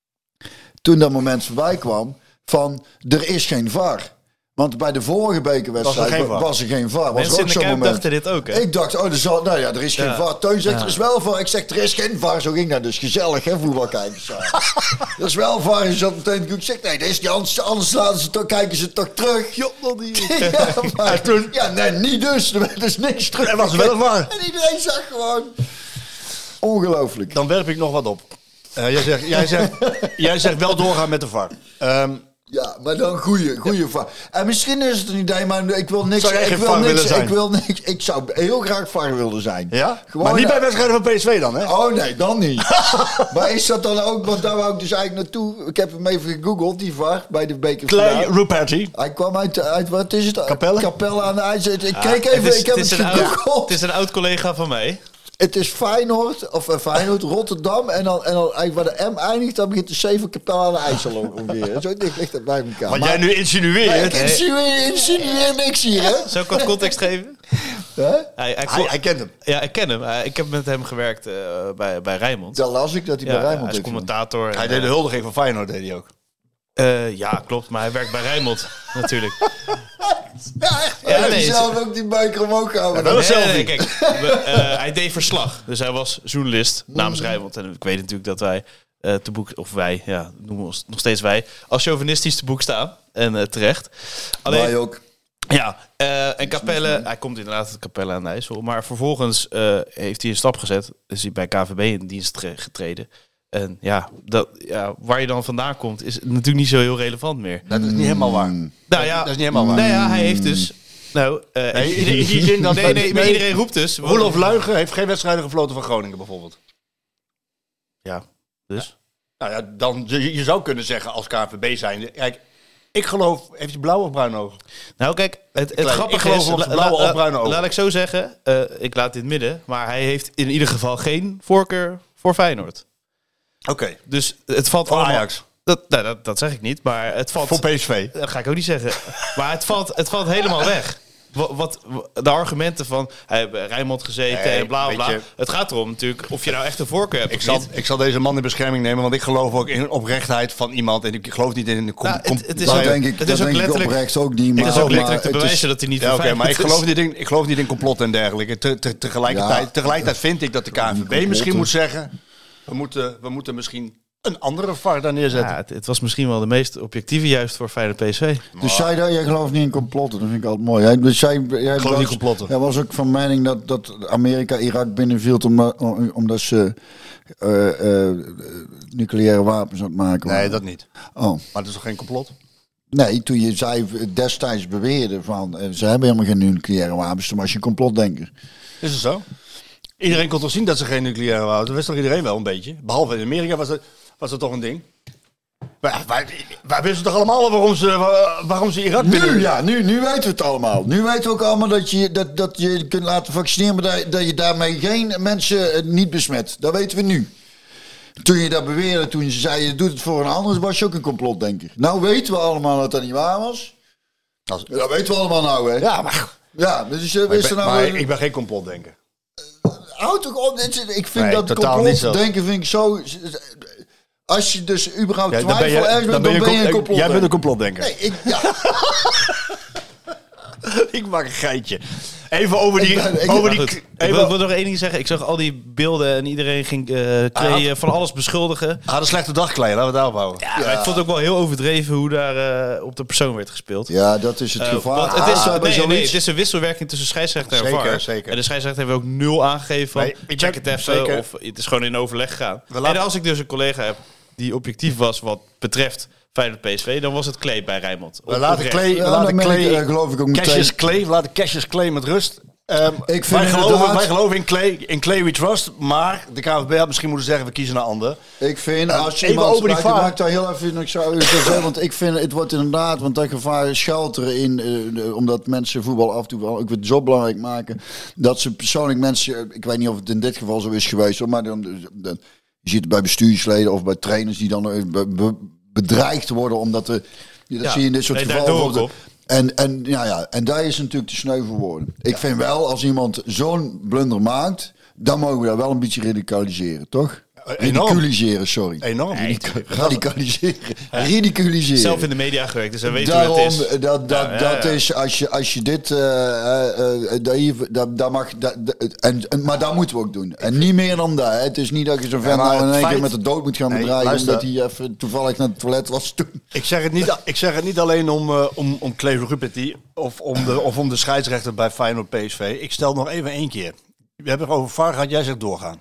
toen dat moment voorbij kwam, van er is geen V A R. Want bij de vorige bekerwedstrijd Was er geen wa- V A R. was er geen V A R. Was Mensen er in ook de zo'n Kuip moment. dachten dit ook, hè? Ik dacht, oh, er, zal, nou ja, er is geen Ja. V A R. Teun zegt, Ja. er is wel V A R. Ik zeg, er is geen V A R. Zo ging dat dus. Gezellig, hè, voetbalkijkers. Er is wel V A R. Je zat meteen goed. Ik zeg, nee, dat is niet. Anders, anders laten ze toch, kijken ze toch terug. Jop, nog niet. Ja, maar toen, ja, nee, niet dus. Er werd dus niks terug. Er was wel een V A R. En iedereen zag gewoon. Ongelooflijk. Dan werp ik nog wat op. Eh, jij, zegt, jij, zegt, jij zegt wel doorgaan met de V A R. Ehm, Ja, maar dan goede, goede V A R. En misschien is het een idee, maar ik wil niks. Zou jij ik geen wil V A R niks, willen zijn? Ik wil niks. Ik zou heel graag V A R willen zijn. ja? Gewoon, maar niet ja. bij wedstrijden van P S V dan, hè? Oh nee, dan niet. Maar is dat dan ook, want daar wou ik dus eigenlijk naartoe. Ik heb hem even gegoogeld, die V A R, bij de beker. Clay Ruperti. Hij kwam uit, uit, wat is het? Capelle? Capelle aan de IJs. Ik Ah, keek even, het is, ik heb het het, is een oud- gegoogeld. Het is een oud collega van mij. Het is Feyenoord, of uh, Feyenoord, Rotterdam. En dan, en dan eigenlijk waar de M eindigt, dan begint de C van Capelle aan de IJssel ongeveer. Zo dicht ligt dat bij elkaar. Wat Maar- jij nu insinueert. Nee, ik insinueer, insinueer niks hier, hè? Zou ik wat context geven? Hè? Hij, hij, Hij, hij kent hem. ja, ik ken hem. Hij- Ik heb met hem gewerkt eh, bij, bij Rijnmond. Dan las ik dat hij Ja, bij Rijnmond hij is heeft. commentator. en, Hij deed de eh, huldiging van Feyenoord, deed hij ook. eh, ja, klopt. Maar hij werkt bij Rijnmond natuurlijk. Ja, echt. Ja, Ja, nee, nee, ze- zelf ook die buiker omhoog gehouden. Ja, wel een Nee, nee, selfie. nee, kijk, we, eh, hij deed verslag. Dus hij was journalist namens Rijnmond. En ik weet natuurlijk dat wij eh, te boek, of wij, ja, noemen we ons nog steeds wij, als chauvinistisch te boek staan. En eh, terecht. Alleen, Wij ook. ja, eh, en Capelle, hij komt inderdaad uit Capelle aan de IJssel. Maar vervolgens eh, heeft hij een stap gezet. Is hij bij K V B in dienst tre- getreden. En ja, dat, ja, waar je dan vandaan komt, is natuurlijk niet zo heel relevant meer. Dat is niet helemaal waar. Nou ja, Dat is niet helemaal waar. Nou ja, hij heeft dus... Nou, eh, Nee, in die zin dat- nee, nee, maar nee. iedereen roept dus... Roelof Luigen heeft geen wedstrijden gefloten van Groningen bijvoorbeeld. Ja, dus... Nou ja, dan, je, je zou kunnen zeggen als K V B zijnde... Kijk, ik geloof... Heeft hij blauwe of bruine ogen? Nou kijk, het, het Klein, grappige ik geloof is... hem op zijn la- blauwe la- of bruine ogen. Laat ik zo zeggen, eh, ik laat dit midden... maar hij heeft in ieder geval geen voorkeur voor Feyenoord. Oké. Dus het valt Voor allemaal... Ajax. Dat, nou, dat, dat zeg ik niet, maar het valt... Voor P S V. Dat ga ik ook niet zeggen. Maar het valt, het valt helemaal weg. Wat, wat de argumenten van hij heeft bij Rijnmond gezeten Nee, en bla bla. weet je- Het gaat erom natuurlijk of je nou echt een voorkeur hebt Ik of zal, niet. ik zal deze man in bescherming nemen, want ik geloof ook in de oprechtheid van iemand. En ik geloof niet in de... Com- Nou, het- com- het is Dat ook- denk ik, het dat is ook denk ik letterlijk- oprecht ook niet. Het Maar, is ook maar letterlijk te het is- bewijzen dat hij niet Ja, oké, verfijnd maar ik is. geloof, niet in, ik geloof niet in complot en dergelijke. Te, te, tegelijkertijd, Ja. tegelijkertijd vind ik dat de K N V B complotten. misschien moet zeggen... We moeten, we moeten misschien een andere V A R daar neerzetten. Ja, het, het was misschien wel de meest objectieve juist voor Feyenoord P S V. Dus jij, jij gelooft niet in complotten, dat vind ik altijd mooi. Jij, dus jij, jij geloof was, niet in complotten. Jij was ook van mening dat, dat Amerika Irak binnenviel omdat, omdat ze uh, uh, nucleaire wapens aan het maken waren. Nee, dat niet. Oh. Maar het is toch geen complot? Nee, toen je zei destijds beweerde van uh, ze hebben helemaal geen nucleaire wapens, toen was je een complotdenker. Is het zo? Iedereen kon toch zien dat ze geen nucleaire wapens. Dat wist toch iedereen wel een beetje? Behalve in Amerika was het, was het toch een ding? Wij, wij, wij wisten toch allemaal waarom ze, waarom ze Irak binnen... Nu, ja, nu, nu weten we het allemaal. Nu weten we ook allemaal dat je, dat, dat je kunt laten vaccineren, maar dat, dat je daarmee geen mensen uh, niet besmet. Dat weten we nu. Toen je dat beweerde, toen je zei je doet het voor een ander, was je ook een complotdenker. Nou weten we allemaal dat dat niet waar was. Als- Dat weten we allemaal nou, hè. Ja, maar, Ja, dus uh, maar, ik, is er ben, nou... maar uh, ik ben geen complotdenker. Houd toch op. dit is- Ik vind Nee, dat totaal niet zo. complotdenken vind ik zo... Als je dus überhaupt Ja, dan ben twijfel je, ergens dan bent, ben dan je, ben je een een com- Jij bent een complotdenker. complotdenker. Nee, ik, ja. Ik maak een geitje. Even over die... Ik ben- ik- over Maar die goed, ik even, wil, wil nog één ding zeggen. Ik zag al die beelden en iedereen ging uh, Klee uh, van alles beschuldigen. had een slechte dag, Klee. Laten we het daarop houden. Ja, maar ik vond het ook wel heel overdreven hoe daar uh, op de persoon werd gespeeld. Ja, dat is het Uh, gevaar. want het, is, Ah, bij nee, nee, zoiets- het is een wisselwerking tussen scheidsrechter en Zeker, V A R. zeker. En de scheidsrechter heeft ook nul aangegeven van Nee, ik check ben- het even zeker. of het is gewoon in overleg gegaan. We laten- En als ik dus een collega heb die objectief was wat betreft Feyenoord P S V, dan was het Klee bij Rijnmond. We laten Oprecht. Klee, we Ja, laten dan ben Klee, ik, uh, geloof ik ook meteen. Cassius Clay, we laten Cassius Clay met rust. Um, Ik vind wij, geloven, inderdaad- wij geloven in Clay, in Clay we trust, maar de K N V B had misschien moeten zeggen we kiezen een ander. Ik vind, Uh, als je even iemand... over die ik V A R. maak daar heel even nog zo zeggen, want ik vind, het wordt inderdaad, want dat gevaar shelteren in, uh, de- omdat mensen voetbal af en toe wel ook weer zo belangrijk maken, dat ze persoonlijk mensen, ik weet niet of het in dit geval zo is geweest, hoor, maar dan, dan je ziet het bij bestuursleden of bij trainers die dan uh, be- be- bedreigd worden, omdat de, dat Ja. zie je in dit soort Nee, daar gevallen. doe ik of de- op. En, en, ja, ja, en daar is natuurlijk te sneu voor woorden. Ik vind wel, als iemand zo'n blunder maakt, dan mogen we dat wel een beetje radicaliseren, toch? Enorm. Ridiculiseren, sorry. Enorm. Radicaliseren. Ridiculiseren. Zelf in de media gewerkt, dus dan weet je hoe Daarom, het is. dat, dat, Ja, ja, dat ja. is, als je, als je dit, uh, uh, uh, dat, je- dat, dat mag, dat, dat- en, en, maar dat moeten we ook doen. En niet meer dan dat. Hè. Het is niet dat je zo'n vent maar nou in het één keer feit- met de dood moet gaan Nee, bedreigen, luister. omdat hij even toevallig naar het toilet was toen. Ik zeg het niet, ik zeg het niet alleen om, uh, om, om Clay Rupetti of om, de, of om de scheidsrechter bij Feyenoord P S V. Ik stel nog even één keer. We hebben het over V A R gehad, jij zegt doorgaan.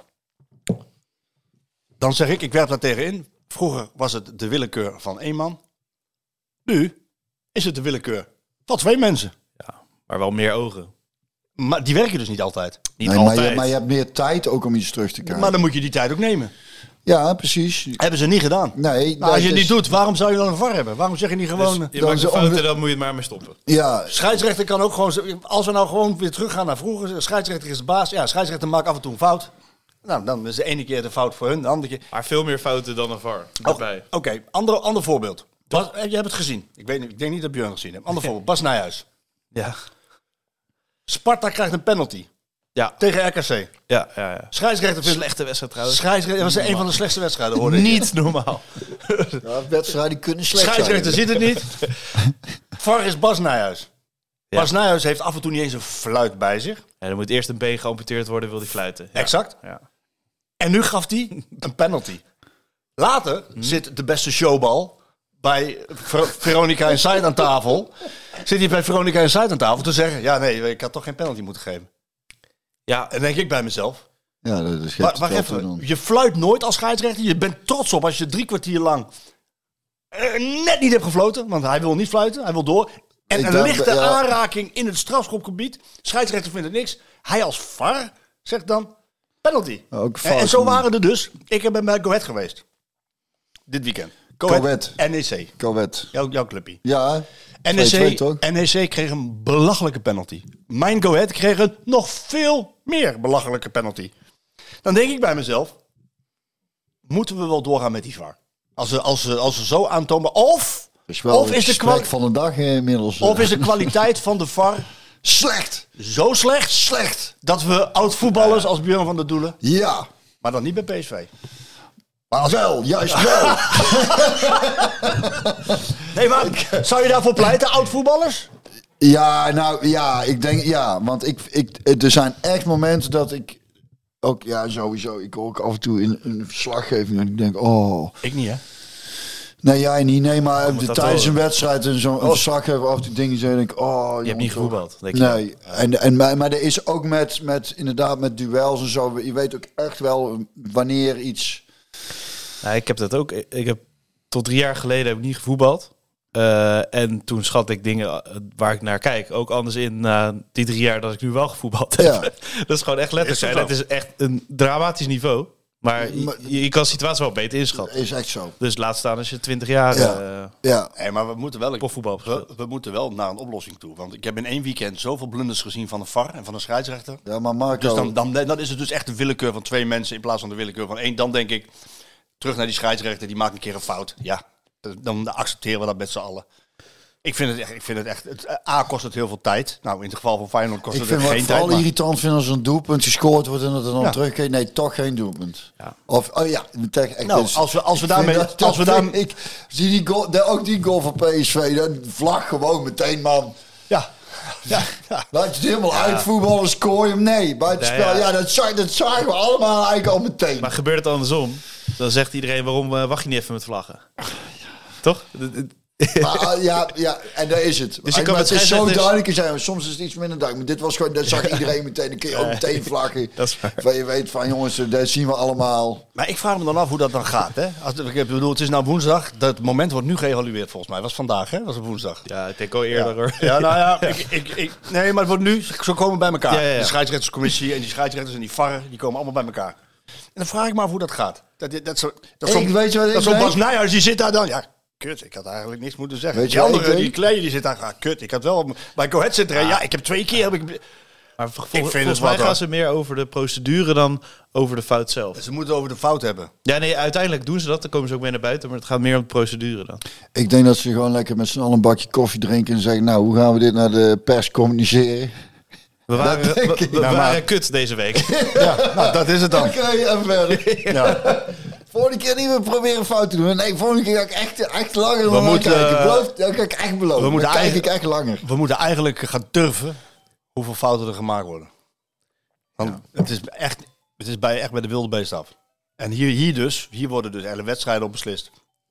Dan zeg ik, ik werp daar tegenin. Vroeger was het de willekeur van één man. Nu is het de willekeur van twee mensen. Maar wel meer ogen. Maar die werken dus niet altijd. Niet Nee, maar, altijd. je, maar je hebt meer tijd ook om iets terug te kijken. Maar dan moet je die tijd ook nemen. Ja, precies. Hebben ze niet gedaan. Nee, Nou, als je dat het is- niet doet, waarom zou je dan een V A R hebben? Waarom zeg je niet gewoon... Dus je Dan maakt ze een fout onge- en dan moet je het maar mee stoppen. Ja, Scheidsrechter kan ook gewoon... Als we nou gewoon weer teruggaan naar vroeger. Scheidsrechter is de baas. Ja, scheidsrechter maakt af en toe een fout. Nou, dan is de ene keer de fout voor hun, de andere keer... Maar veel meer fouten dan een V A R. Oh, Daarbij. Oké, ander, ander voorbeeld. Bas, je hebt het gezien. Ik, weet niet, ik denk niet dat Björn het gezien heeft. Ander voorbeeld. Bas Nijhuis. Ja. Sparta krijgt een penalty Ja. tegen R K C. Ja, ja, ja. Scheidsrechter vindt... Slechte wedstrijd trouwens. Scheidsrechter, dat was een van de slechtste wedstrijden, hoorde ik. Niet normaal. ja, wedstrijden kunnen slecht Scheidsrechter zijn. ziet het niet. V A R is Bas Nijhuis. Ja. Bas Nijhuis heeft af en toe niet eens een fluit bij zich. Ja, dan moet eerst een been geamputeerd worden, wil hij fluiten. Ja. Exact. Ja. En nu gaf hij een penalty. Later zit de beste showbal bij Ver- Veronica Inside aan tafel. Zit hij bij Veronica Inside aan tafel te zeggen... Ja, nee, ik had toch geen penalty moeten geven. Ja, En dan denk ik bij mezelf... Ja, dat is Waar, gek. wacht even, je fluit nooit als scheidsrechter. Je bent trots op als je drie kwartier lang eh, net niet hebt gefloten. Want hij wil niet fluiten, hij wil door. En Ik een dacht, lichte ja. aanraking in het strafschopgebied. Scheidsrechter vindt het niks. Hij als V A R zegt dan penalty. Ook en, en fout, zo man. waren er dus. Ik heb bij Go Ahead geweest. Dit weekend. Go Go Ahead, N E C. Coët. Jouw, jouw clubje. Ja, N E twee-twee C, toch? N E C kreeg een belachelijke penalty. Mijn Go Ahead kreeg een nog veel meer belachelijke penalty. Dan denk ik bij mezelf, moeten we wel doorgaan met die V A R? Als ze, als ze, als ze zo aantonen. Of, is wel of, is de, kwali- van de dag inmiddels. of is de kwaliteit van de V A R slecht. Zo slecht? Slecht. Dat we oud-voetballers als Björn van der Doelen. Ja. Maar dan niet bij P S V. Maar als wel, juist wel. Nee, maar zou je daarvoor pleiten, oud-voetballers? Ja, nou ja, ik denk ja, want ik, ik, er zijn echt momenten dat ik ook, ja, sowieso, ik hoor ook af en toe in een verslaggeving en ik denk, oh. Ik niet, hè? Nee, jij niet, nee, maar Oh, de, dat tijdens wel. een wedstrijd en zo'n Oh. verslaggever af en toe dingen zeggen, denk ik, oh. Je hebt niet gevoetbald, denk je? Nee, en, en, maar, maar er is ook met, met, inderdaad, met duels en zo, je weet ook echt wel wanneer iets... Nou, ik heb dat ook. Ik heb tot drie jaar geleden heb ik niet gevoetbald. Uh, en toen schat ik dingen uh, waar ik naar kijk ook anders in na uh, die drie jaar dat ik nu wel gevoetbald heb. Ja. Dat is gewoon echt letterlijk. En het is echt een dramatisch niveau. Maar je, je kan de situatie wel beter inschatten. Is echt zo. Dus laat staan als je twintig jaar Ja. Uh, Ja. Hey, maar we moeten wel profvoetbal we, we moeten wel naar een oplossing toe. Want ik heb in één weekend zoveel blunders gezien van de V A R en van de scheidsrechter. Ja, maar Marco... Dus dan, dan, dan is het dus echt de willekeur van twee mensen in plaats van de willekeur van één. Dan denk ik, terug naar die scheidsrechter, die maakt een keer een fout. Ja, dan accepteren we dat met z'n allen. Ik vind het echt, ik vind het echt, het, A kost het heel veel tijd. Nou, in het geval van Feyenoord kost Ik het vind er wat geen ik tijd. vooral Maar irritant vind als er een doelpunt gescoord wordt en dat er dan Ja. terugkeert. Nee, toch geen doelpunt. Ja. Of, oh ja, tegen, echt, Nou, dus, als we- als we ik vind daarmee- dat- als we dat daar- vind Ik zie die goal, de, ook die goal van P S V, dan vlag gewoon meteen, man. ja, ja, ja. Laat je het helemaal uitvoetballen, scoor je hem. Nee, bij het Ja, spel, ja. ja, dat, zag, dat zagen we allemaal eigenlijk al meteen. maar gebeurt het andersom, dan zegt iedereen waarom uh, wacht je niet even met vlaggen? Toch? Maar, uh, ja, ja, en daar is het. Dus je Maar kan het met is zo scheidsrechters- duidelijk zijn. Soms is het iets minder duidelijk. Maar dit was gewoon, dat zag iedereen meteen. Dan kun je ook meteen vlaggen. Dat is waar. Waar je weet van, jongens, dat zien we allemaal. Maar ik vraag me dan af hoe dat dan gaat. Hè? Als, ik bedoel, het is nou woensdag. Dat moment wordt nu geëvalueerd volgens mij. Was vandaag, hè? Was het woensdag? Ja, ik denk al eerder hoor. Ja, nou ja, ik, ik, ik, nee, maar het wordt nu, zo komen we bij elkaar. Ja, ja, ja. De scheidsrechterscommissie en die scheidsrechters en die V A R, die komen allemaal bij elkaar. En dan vraag ik me af hoe dat gaat. Dat, dat, dat, zo, dat Ik zo'n- weet je wat ik dat zo'n denk? Bas Nijhuis, die zit daar dan. Ja, kut, ik had eigenlijk niks moeten zeggen. Weet je die wat andere, ik die denk? Kleeën, die zit daar. Ah, kut, ik had wel bij Go Ahead zitten. Ja, ik heb twee keer... Heb ik, Maar vol, vind volgens het mij wat, gaan hoor. ze meer over de procedure dan over de fout zelf. ze moeten over de fout hebben. Ja, nee, uiteindelijk doen ze dat. Dan komen ze ook mee naar buiten. Maar het gaat meer om de procedure dan. Ik denk dat ze gewoon lekker met z'n allen een bakje koffie drinken en zeggen, nou, hoe gaan we dit naar de pers communiceren? We waren, Dat denk we, ik. we Nou, waren maar- kut deze week. Ja, nou, dat is het dan. Oké, even verder. Ja. Volgende keer niet meer proberen fout te doen. Nee, volgende keer ga ik echt, echt langer dan We naar moeten, kijken. eh, Beloof, dat ga ik echt beloven. we moeten Dan kijk ik eigenlijk- echt langer. We moeten eigenlijk gaan turven hoeveel fouten er gemaakt worden. Want het is echt, het is bij, echt bij de wilde beest af. En hier, hier dus, hier worden dus hele wedstrijden op beslist.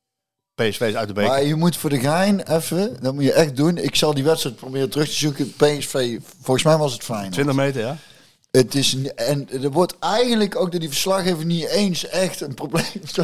P S V is uit de beker. Maar je moet voor de gein even, dat moet je echt doen. Ik zal die wedstrijd proberen terug te zoeken. P S V, volgens mij was het fijn. twintig meter, ja? Het is, ni- en er wordt eigenlijk ook door die verslaggever niet eens echt een probleem. Zo.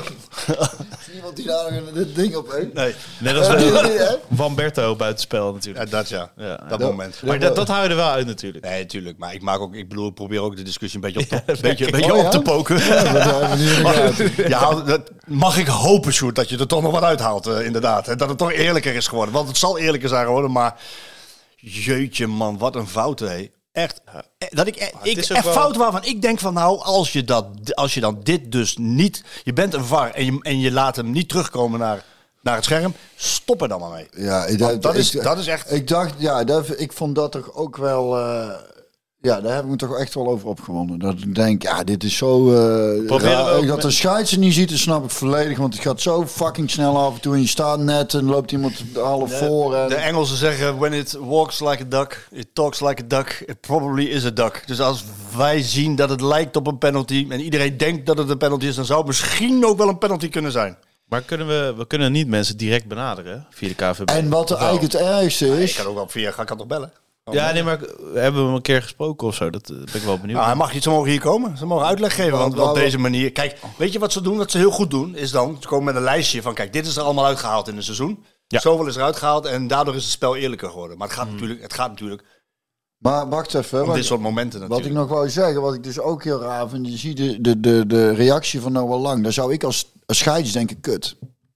Is niemand die daar nog een dit ding op heeft? Nee. Net als Ja, de nee, hè? Van Berto buitenspel Ja, natuurlijk. dat ja. Ja. Dat Dat- moment. Maar dat, dat hou je er wel uit natuurlijk. Nee, natuurlijk. Maar ik maak ook, ik bedoel, ik probeer ook de discussie een beetje op te, Ja, een beetje, een dat beetje merk op ik. te poken. Ja, dat hebben we nu in de gaten. Ja, dat mag ik hopen, Sjoerd, dat je er toch nog wat uithaalt, uh, inderdaad. En dat het toch eerlijker is geworden. Want het zal eerlijker zijn geworden, maar jeetje man, wat een fout, hé. Echt, eh, dat ik, eh, ik is ook echt wel- fout waarvan ik denk van nou, als je, dat, als je dan dit dus niet... Je bent een V A R en je, en je laat hem niet terugkomen naar, naar het scherm. Stop er dan maar mee. Ja, ik, Want dat, is, ik, dat is echt... ik dacht, ja, dat, ik vond dat toch ook wel. eh, ja, daar heb ik me toch echt wel over opgewonden. Dat ik denk, ja, dit is zo. eh, Proberen raar. we ook dat met- de scheids er niet ziet, dat snap ik volledig. Want het gaat zo fucking snel af en toe. En je staat net en loopt iemand half voor. En, De Engelsen zeggen, when it walks like a duck, it talks like a duck, it probably is a duck. Dus als wij zien dat het lijkt op een penalty en iedereen denkt dat het een penalty is, dan zou het misschien ook wel een penalty kunnen zijn. Maar kunnen we, we kunnen niet mensen direct benaderen via de K V B. en wat er eigenlijk het ergste Ik is. kan ook wel via, ga ik toch bellen? Ja, nee, maar hebben we hem een keer gesproken of zo? Dat eh, ben ik wel benieuwd. Nou, hij mag, ze mogen hier komen. Ze mogen uitleg geven. Want Wou- op wou- deze manier... Kijk, weet je wat ze doen? Wat ze heel goed doen, is dan... Ze komen met een lijstje van... Kijk, dit is er allemaal uitgehaald in een seizoen. Ja. Zoveel is er uitgehaald. En daardoor is het spel eerlijker geworden. Maar het gaat, natuurlijk, het gaat natuurlijk Maar wacht even. om Wat, dit soort momenten wat natuurlijk. ik nog wou zeggen, wat ik dus ook heel raar vind. Je ziet de, de, de, de reactie van Noah Lang. Daar zou ik als, als scheids denken, kut.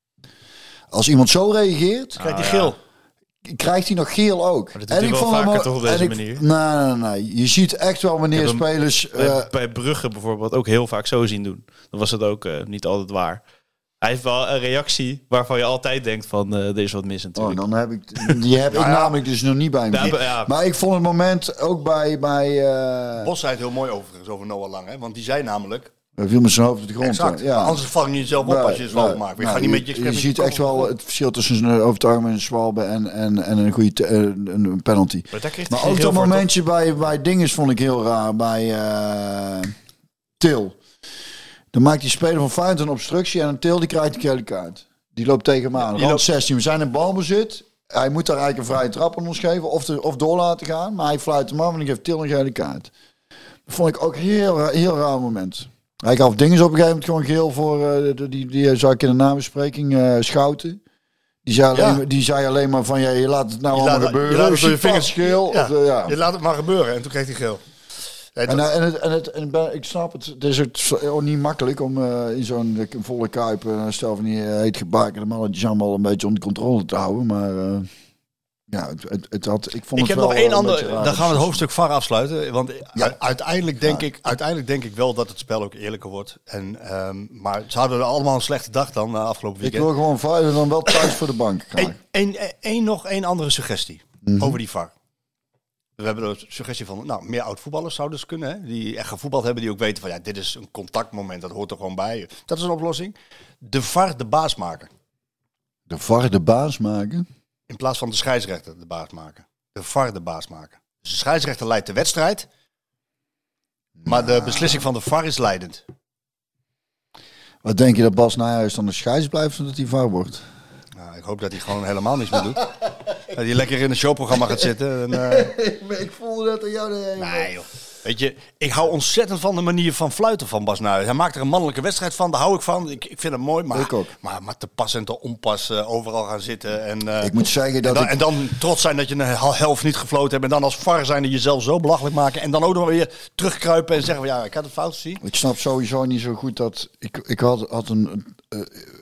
Als iemand zo reageert. Krijgt die Ah, ja. geel. Krijgt hij nog geel ook. Maar dat doet hij wel vond hem vaker ook- toch op en deze ik- manier? Nee, nee, nee. Je ziet echt wel wanneer Ik heb hem spelers... bij, eh, bij Brugge bijvoorbeeld ook heel vaak zo zien doen. Dan was het ook eh, niet altijd waar. Hij heeft wel een reactie waarvan je altijd denkt van, uh, er is wat mis natuurlijk. Oh, dan heb ik, die heb ik ja, ja. namelijk dus nog niet bij me. Ja, ja. Maar ik vond het moment ook bij... bij uh... Bos zei het heel mooi overigens over Noah Lang. Hè? Want die zei namelijk... Hij viel met zijn hoofd op de grond. Exact. Ja. Anders val je niet zelf op nee, als je het zwalbe nee, maakt. Je, nee, niet met je, je, je ziet echt wel het verschil tussen een over het algemeen zwalbe en, en, en een goede een, een penalty. Maar, maar ook dat momentje toch? bij, bij Dinges vond ik heel raar. Bij uh, Til. Dan maakt die speler van Feyenoord een obstructie en een Til die krijgt een gele kaart. Die loopt tegen hem aan. Ja, rand zestien. We zijn in balbezit. Hij moet daar eigenlijk een vrije trap aan ons geven of, de, of door laten gaan. Maar hij fluit hem af en dan geeft Til een gele kaart. Dat vond ik ook een heel, heel raar moment. Hij gaf dingen op een gegeven moment gewoon geel voor, uh, die, die, die zag ik in de nabespreking, uh, Schouten. Die zei, alleen, ja. die zei alleen maar van, ja, je laat het nou je allemaal laat, gebeuren. Je laat het door je vingers geel. Ja. Of, uh, ja. Je laat het maar gebeuren en toen kreeg hij geel. Ja, en, uh, en, het, en, het, en ben, ik snap het, het is ook niet makkelijk om uh, in zo'n volle kuip, uh, stel van die uh, heet gebakerde mannetjes allemaal een beetje onder controle te houden. Maar uh, ja, het, het, het had, ik vond ik het heb wel nog één uh, ander, dan gaan we het hoofdstuk V A R afsluiten. Want ja. uiteindelijk, denk ja. ik, uiteindelijk denk ik wel dat het spel ook eerlijker wordt. En, um, maar ze hadden allemaal een slechte dag dan uh, afgelopen weekend. Ik wil gewoon V A R dan wel thuis voor de bank krijgen. Eén, één, één, nog één andere suggestie mm-hmm. over die V A R. We hebben een suggestie van, nou, meer oud-voetballers zouden dus kunnen. Hè? Die echt gevoetbald hebben, die ook weten van, ja, dit is een contactmoment, dat hoort er gewoon bij. Dat is een oplossing. De V A R de baas maken. De V A R de baas maken? In plaats van de scheidsrechter de baas maken. De V A R de baas maken. Dus de scheidsrechter leidt de wedstrijd. Maar de beslissing van de V A R is leidend. Wat denk je dat Bas Nijhuis dan de scheids blijft of dat hij V A R wordt? Nou, ik hoop dat hij gewoon helemaal niks meer doet. Dat hij lekker in een showprogramma gaat zitten. En, uh... ik voelde dat aan jou. De nee, joh. Weet je, ik hou ontzettend van de manier van fluiten van Bas Nijhuis. Hij maakt er een mannelijke wedstrijd van, daar hou ik van. Ik, ik vind hem mooi, maar, ik ook. maar, maar te pas en te onpas uh, overal gaan zitten. En, uh, ik moet zeggen dat en dan, ik... en dan trots zijn dat je een helft niet gefloten hebt. En dan als V A R zijn jezelf zo belachelijk maken. En dan ook nog weer terugkruipen en zeggen van ja, ik had het fout gezien. Ik snap sowieso niet zo goed dat... Ik, ik had, had een... Uh,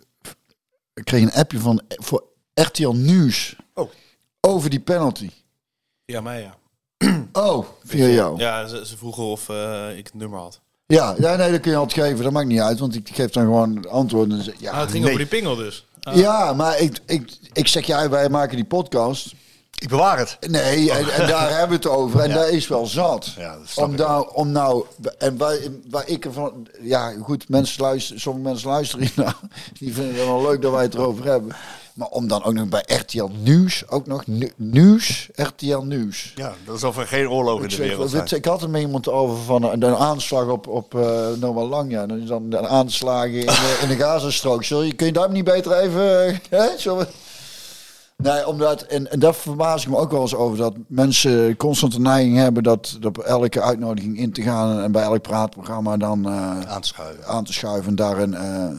ik kreeg een appje van voor R T L Nieuws oh. over die penalty. Ja, mij ja. Oh, via jou. Ja, ze, ze vroegen of uh, ik het nummer had. Ja, ja, nee, dat kun je altijd geven. Dat maakt niet uit, want ik geef dan gewoon antwoorden. En zeg, ja, ah, het ging nee. over die pingel dus. Ah. Ja, maar ik, ik, ik zeg, ja, wij maken die podcast. Ik bewaar het. Nee, oh. en, en daar hebben we het over. En ja. dat is wel zat. Ja, om, nou, om nou... En waar, waar ik ervan... Ja, goed, mensen luisteren, sommige mensen luisteren hiernaar. Die vinden het wel leuk dat wij het erover hebben. Maar om dan ook nog bij R T L Nieuws, ook nog nu, nieuws, R T L Nieuws. Ja, dat is over geen oorlog in de wereld zijn. Ik had er met iemand over van een, een aanslag op, op uh, Noah Lang. Ja. Dan is dan een aanslagen in de, in de Gazastrook. Kun je, kun je daar niet beter even... Hè? Zullen we... Nee, omdat, en, en daar verbaas ik me ook wel eens over, dat mensen constant de neiging hebben dat, dat op elke uitnodiging in te gaan en bij elk praatprogramma dan uh, aan te schuiven. Aan te schuiven en daarin... Uh,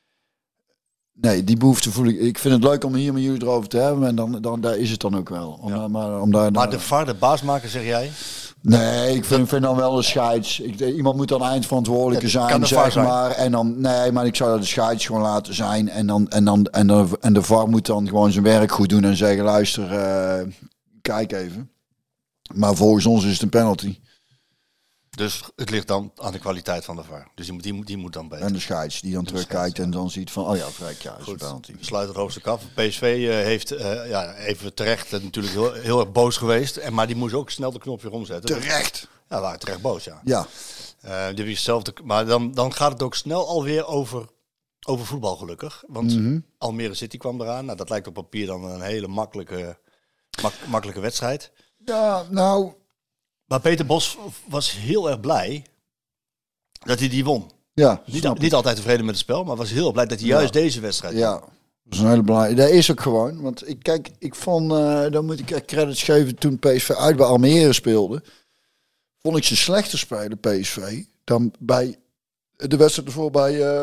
nee, die behoefte voel ik. Ik vind het leuk om hier met jullie erover te hebben en dan, dan daar is het dan ook wel. Om, ja. maar om daar, maar de V A R de baas maken, zeg jij? Nee, ik vind, vind dan wel een scheids. Ik, iemand moet dan eindverantwoordelijke zijn, kan de zeg zijn. maar. En dan, nee, maar ik zou dat de scheids gewoon laten zijn. En, dan, en, dan, en, de, en de V A R moet dan gewoon zijn werk goed doen en zeggen, luister, uh, kijk even. Maar volgens ons is het een penalty. Dus het ligt dan aan de kwaliteit van de V A R. Dus die moet, die moet, die moet dan beter. En de scheids die dan de terugkijkt scheids, en dan ziet van, oh ja, vrij ja, is goed, een penalty. We sluiten het hoofdstuk af. P S V uh, heeft uh, ja, even terecht uh, natuurlijk heel, heel erg boos geweest. En, maar die moest ook snel de knop weer omzetten. Terecht? Ja, waren terecht boos, ja. Ja. Uh, die heeft zelf de, maar dan, dan gaat het ook snel alweer over, over voetbal gelukkig. Want mm-hmm. Almere City kwam eraan. Nou, dat lijkt op papier dan een hele makkelijke, mak, makkelijke wedstrijd. Ja, nou... Maar Peter Bos was heel erg blij dat hij die won. Ja, niet, niet altijd tevreden met het spel, maar was heel erg blij dat hij ja. juist deze wedstrijd ja. won. Dat is een hele belangrijke. Dat is ook gewoon. Want ik kijk, ik vond, uh, dan moet ik echt credits geven, toen P S V uit bij Almere speelde, vond ik ze slechter spelen, P S V, dan bij de wedstrijd ervoor bij, uh,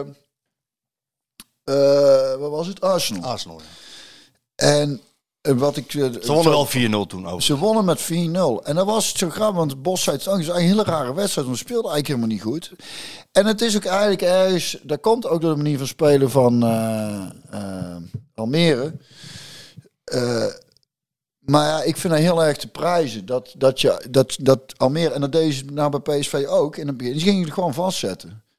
uh, wat was het? Arsenal. Arsenal, ja. En wat ik, ze wonnen wel vier nul toen over. Ze wonnen met vier nul. En dan was het zo grappig, want Bos zei het is eigenlijk een hele rare wedstrijd, want we speelden eigenlijk helemaal niet goed. En het is ook eigenlijk ergens, dat komt ook door de manier van spelen van uh, uh, Almere. Uh, maar ja, ik vind dat heel erg te prijzen. Dat, dat, je, dat, dat Almere, en dat deze nou bij P S V ook, in het begin, die gingen het gewoon vastzetten.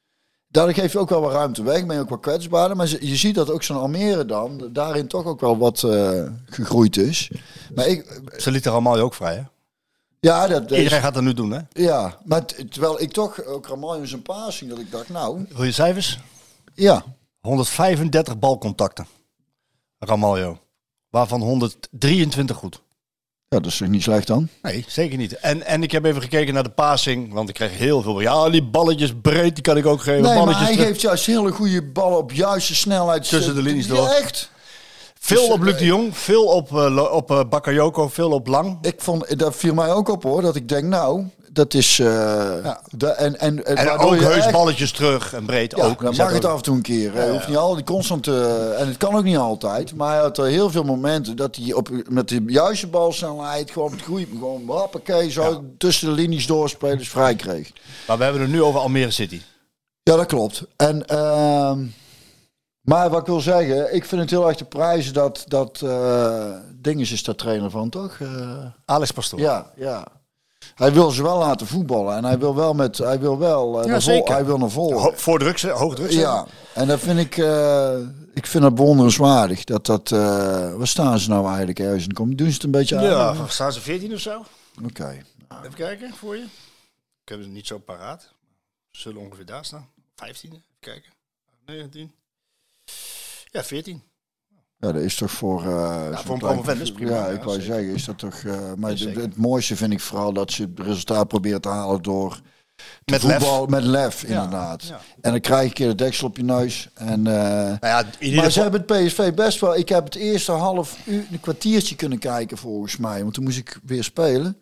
Daar geeft ook wel wat ruimte weg, ben je ook wat kwetsbaarder. Maar je ziet dat ook zo'n Almere dan daarin toch ook wel wat uh, gegroeid is. Maar ik, Ze lieten Ramaljo ook vrij, hè? Ja, dat, dat Iedereen is, gaat dat nu doen, hè? Ja, maar t- terwijl ik toch ook Ramaljo zijn passing, dat ik dacht, nou... Wil je cijfers? Ja. honderdvijfendertig balcontacten. Ramaljo. Waarvan honderddrieëntwintig goed. Ja, dat is toch niet slecht dan? Nee, zeker niet. En, en ik heb even gekeken naar de passing, want ik kreeg heel veel. Ja, die balletjes breed, die kan ik ook geven. Nee, balletjes maar hij terug. geeft juist hele goede ballen op juiste snelheid. Tussen de linies ja, door. Echt. Veel Dus, op Luc uh, de Jong, veel op, uh, op uh, Bakayoko, veel op Lang. Ik vond, dat viel mij ook op hoor, dat ik denk, nou, dat is... Uh, Ja. de, en, en, En waardoor ook je heus echt- balletjes terug en breed Ja, ook. dan Die mag zat het ook- af en toe een keer. Hij hoeft niet al die constante... En het kan ook niet altijd. Maar hij had er heel veel momenten dat hij op, met de juiste balsnelheid gewoon op het goede... Gewoon hoppakee, zo Ja. tussen de linies doorspelers vrij kreeg. Maar we hebben het nu over Almere City. Ja, dat klopt. En, ehm, maar wat ik wil zeggen, ik vind het heel erg te prijzen dat... dat uh, Dinges is daar trainer van, toch? Uh, Alex Pastoor. ja, ja. Hij wil ze wel laten voetballen. En hij wil wel met... Hij wil wel... Uh, Ja, naar vol, zeker. hij wil naar voren. Ho- voor druk, ze- hoog druk. zetten. Ja, en dat vind ik, uh, ik vind dat bewonderenswaardig. Dat dat, uh, waar staan ze nou eigenlijk ergens in? Kom, doen ze het een beetje aan? Ja, staan ze veertien of zo? Oké. Okay. Even kijken voor je. Ik heb het niet zo paraat. Ze zullen ongeveer daar staan. vijftien, even kijken. negentien. Ja, veertien. Ja, dat is toch voor... Uh, Ja, voor een promovendus prima. Ja, Ja, ik wou zeker. zeggen, is dat toch... Uh, maar Ja, de- zeker. het mooiste vind ik vooral dat ze het resultaat proberen te halen door... te Met lef. voetbal, met lef, inderdaad. ja. En dan krijg je een keer de deksel op je neus. En, uh, Nou ja, in ieder maar ze geval... hebben het P S V best wel... Ik heb het eerste half uur, een kwartiertje kunnen kijken volgens mij. Want toen moest ik weer spelen.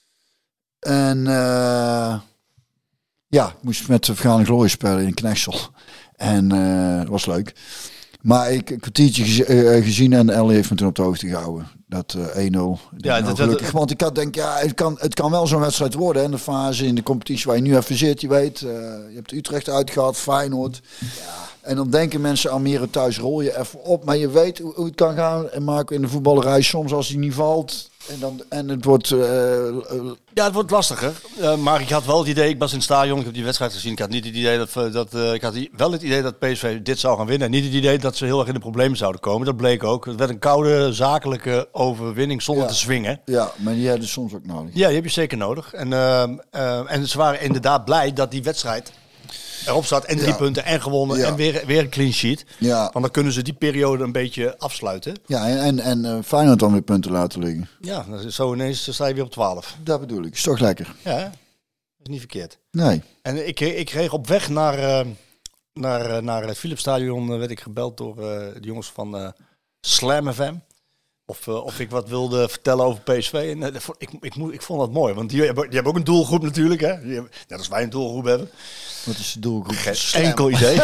En uh, ja, ik moest met de Vergane Glorie spelen in Knechtsel. En uh, dat was leuk. Maar ik een kwartiertje gez- uh, gezien en Ellie heeft me toen op de hoogte gehouden. Dat uh, één nul. Ja, Ja, dat- nou, dat- gelukkig. Want ik had denk, ja, het kan, het kan wel zo'n wedstrijd worden. En de fase in de competitie waar je nu even zit, je weet. Uh, je hebt Utrecht uitgehaald, Feyenoord. Ja. En dan denken mensen, Almere thuis rol je even op. Maar je weet hoe, hoe het kan gaan. En Marco in de voetballerij, soms als hij niet valt... En, dan, en het wordt... Uh, uh, Ja, het wordt lastiger. Uh, maar ik had wel het idee, ik was in het stadion, ik heb die wedstrijd gezien. Ik had niet het idee dat, uh, dat uh, ik had wel het idee dat P S V dit zou gaan winnen. En niet het idee dat ze heel erg in de problemen zouden komen. Dat bleek ook. Het werd een koude, zakelijke overwinning zonder Ja. te swingen. ja, maar die hadden soms ook nodig. Ja, die heb je zeker nodig. En, uh, uh, en ze waren inderdaad blij dat die wedstrijd erop zat. En drie Ja. punten en gewonnen. Ja. En weer, weer een clean sheet. Ja, Want dan kunnen ze die periode een beetje afsluiten. ja en, en, en uh, Feyenoord dan weer punten laten liggen. Ja, dan is zo ineens sta je weer op twaalf. Dat bedoel ik. Is toch lekker? Ja, hè? Dat is niet verkeerd. Nee. En ik, ik kreeg op weg naar, uh, naar, uh, naar het Philipsstadion uh, werd ik gebeld door uh, de jongens van uh, Slam F M. Of, uh, of ik wat wilde vertellen over P S V. En, uh, ik, ik, ik, ik vond dat mooi, want die hebben, die hebben ook een doelgroep natuurlijk. Hè? Die hebben, net als wij een doelgroep hebben. Wat is de doelgroep? Geen Slam. enkel idee.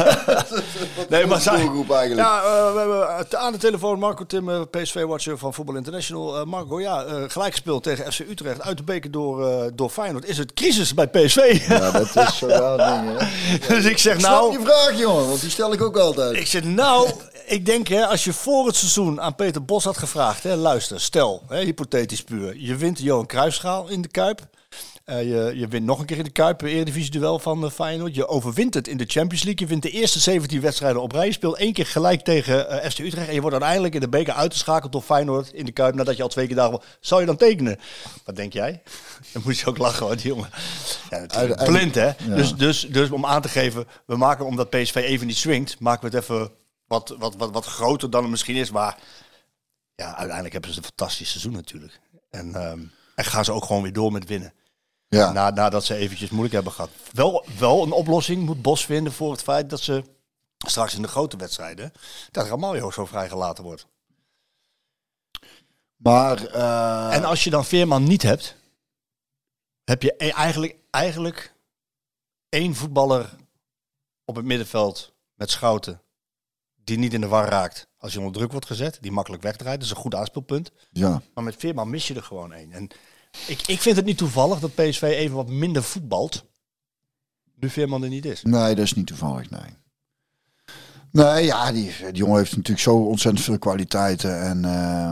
Nee, maar de zij, doelgroep eigenlijk? ja, uh, we hebben uh, aan de telefoon Marco Tim, uh, P S V-watcher van Voetbal International. Uh, Marco, ja, uh, gelijk gespeeld tegen F C Utrecht uit de beker door, uh, door Feyenoord. Is het crisis bij P S V? Ja, dat is zo wel ding, hè? Dus ik zeg Ik snap nou... die vraag, jongen, want die stel ik ook altijd. Ik zeg nou, ik denk hè, als je voor het seizoen aan Peter Bos had gevraagd, hè, luister, stel, hè, hypothetisch puur, je wint de Johan Cruijffschaal in de Kuip, uh, je, je wint nog een keer in de Kuip, Eredivisie-duel van uh, Feyenoord, je overwint het in de Champions League, je wint de eerste zeventien wedstrijden op rij, je speelt één keer gelijk tegen uh, F C Utrecht en je wordt uiteindelijk in de beker uitgeschakeld door Feyenoord in de Kuip, nadat je al twee keer daar was. Zou je dan tekenen? Wat denk jij? Dan moet je ook lachen hoor, die jongen. Ja, natuurlijk blind hè. Ja. Dus, dus, dus om aan te geven, we maken omdat P S V even niet swingt, maken we het even wat, wat, wat, wat groter dan het misschien is. Maar ja, uiteindelijk hebben ze een fantastisch seizoen natuurlijk. En, um, en gaan ze ook gewoon weer door met winnen. Ja. Na, nadat ze eventjes moeilijk hebben gehad. Wel, wel een oplossing moet Bos vinden voor het feit dat ze straks in de grote wedstrijden, dat Ramaljo zo vrijgelaten wordt. Maar... Uh, En als je dan Veerman niet hebt, heb je e- eigenlijk, eigenlijk één voetballer op het middenveld met Schouten die niet in de war raakt als je onder druk wordt gezet, die makkelijk wegdraait. Dat is een goed aanspeelpunt. ja. Maar met Veerman mis je er gewoon één. En ik, ik vind het niet toevallig dat P S V even wat minder voetbalt nu Veerman er niet is. Nee, dat is niet toevallig, nee. Nee, ja, die, die jongen heeft natuurlijk zo ontzettend veel kwaliteiten en uh,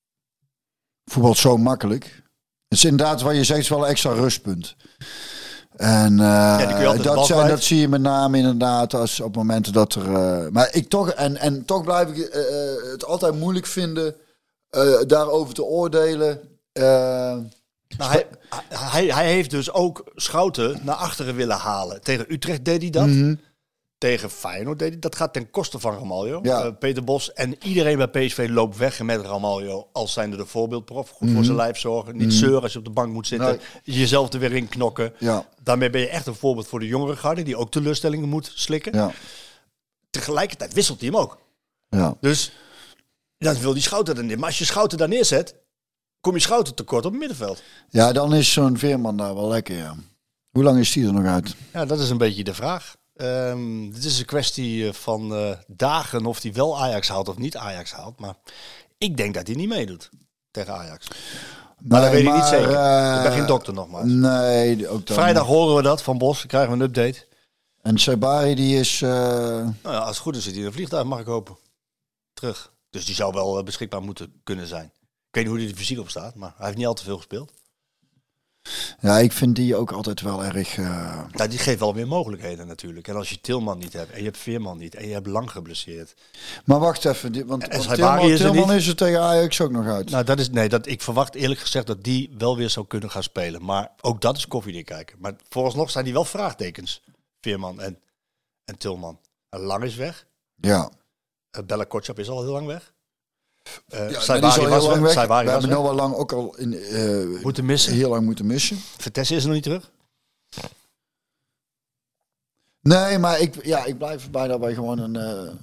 voetbalt zo makkelijk. Het is inderdaad, wat je zegt, is wel een extra rustpunt. En uh, ja, die kun je altijd de bal dat, zijn, kwijt. dat zie je met name inderdaad als op momenten dat er... Uh, maar ik toch, en, en toch blijf ik uh, het altijd moeilijk vinden uh, daarover te oordelen. Uh, Nou, hij, hij, hij heeft dus ook Schouten naar achteren willen halen. Tegen Utrecht deed hij dat. mm-hmm. Tegen Feyenoord deed hij dat. gaat ten koste van Ramaljo. Ja. Uh, Peter Bos en iedereen bij P S V loopt weg met Ramaljo als zijnde de voorbeeldprof. Goed mm-hmm. voor zijn lijf zorgen. Niet mm-hmm. zeuren als je op de bank moet zitten. Nee. Jezelf er weer in knokken. Ja. Daarmee ben je echt een voorbeeld voor de jongere garde die ook teleurstellingen moet slikken. Ja. Tegelijkertijd wisselt hij hem ook. Ja. Dus dan wil die Schouten er neer. Maar als je Schouten daar neerzet, kom je Schouten tekort op het middenveld. Ja, dan is zo'n Veerman daar wel lekker, ja. Hoe lang is die er nog uit? Ja, dat is een beetje de vraag. Um, dit is een kwestie van uh, dagen of hij wel Ajax haalt of niet Ajax haalt. Maar ik denk dat hij niet meedoet tegen Ajax. Maar nee, dat weet maar, ik niet zeker. Uh, ik ben geen dokter nogmaals. Nee, ook dan. Vrijdag horen we dat van Bos. Krijgen we een update. En Sabari die is... Uh... Nou ja, als het goed is zit hij in een vliegtuig, mag ik hopen. Terug. Dus die zou wel uh, beschikbaar moeten kunnen zijn. Ik weet niet hoe hij er fysiek op staat, maar hij heeft niet al te veel gespeeld. Ja, ik vind die ook altijd wel erg... Uh... Nou, die geeft wel meer mogelijkheden natuurlijk. En als je Tilman niet hebt en je hebt Veerman niet en je hebt Lang geblesseerd. Maar wacht even, want, want en Tilman, is, Tilman er is er tegen Ajax ook nog uit. Nou, dat is nee, dat ik verwacht eerlijk gezegd dat die wel weer zou kunnen gaan spelen. Maar ook dat is koffiedik kijken. Maar vooralsnog zijn die wel vraagtekens. Veerman en, en Tilman. En Lang is weg. Ja. Uh, Bella Kotschap is al heel lang weg. Uh, ja, Saibari was lang weg. Saibari We was hebben weg. nu al lang ook al in, uh, moeten missen. heel lang moeten missen. Vitesse is er nog niet terug. Nee, maar ik, ja, ik blijf erbij dat wij gewoon een, uh,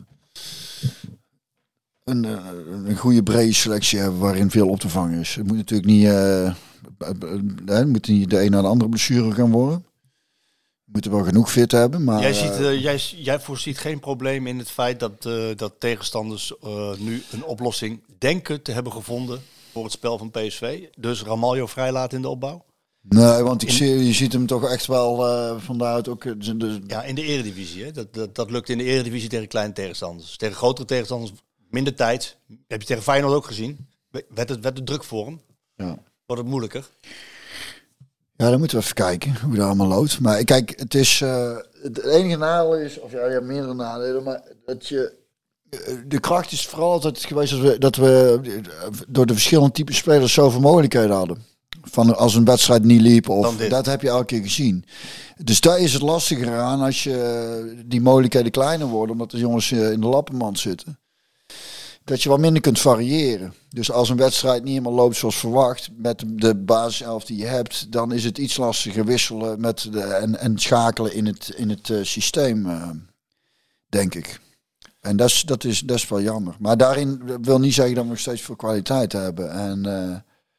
een, uh, een goede brede selectie hebben waarin veel op te vangen is. Het moet natuurlijk niet, uh, het moet niet de een naar de andere blessure gaan worden. We moeten wel genoeg fit hebben. Maar, jij, ziet, uh, jij, jij voorziet geen probleem in het feit dat, uh, dat tegenstanders uh, nu een oplossing denken te hebben gevonden voor het spel van P S V. Dus Ramaljo vrijlaten in de opbouw? Nee, want ik zie, je ziet hem toch echt wel uh, vandaaruit ook... Uh, de... Ja, in de eredivisie. Hè? Dat, dat, dat lukt in de eredivisie tegen kleine tegenstanders. Tegen grotere tegenstanders minder tijd. Heb je tegen Feyenoord ook gezien. Werd het, werd het druk voor hem. Ja. Wordt het moeilijker. Ja, dan moeten we even kijken hoe dat allemaal loopt. Maar kijk, het is... Uh, het enige nadeel is... Of ja, je hebt meerdere nadelen, maar dat je... De kracht is vooral altijd geweest dat we, dat we door de verschillende typen spelers zoveel mogelijkheden hadden. Van als een wedstrijd niet liep, of dat heb je elke keer gezien. Dus daar is het lastiger aan als je die mogelijkheden kleiner worden, omdat de jongens in de lappenmand zitten. Dat je wat minder kunt variëren. Dus als een wedstrijd niet helemaal loopt zoals verwacht, met de basiself die je hebt, dan is het iets lastiger wisselen met de, en, en schakelen in het, in het uh, systeem, uh, denk ik. En dat is, dat, is, dat is wel jammer. Maar daarin wil niet zeggen dat we nog steeds veel kwaliteit hebben. En, uh,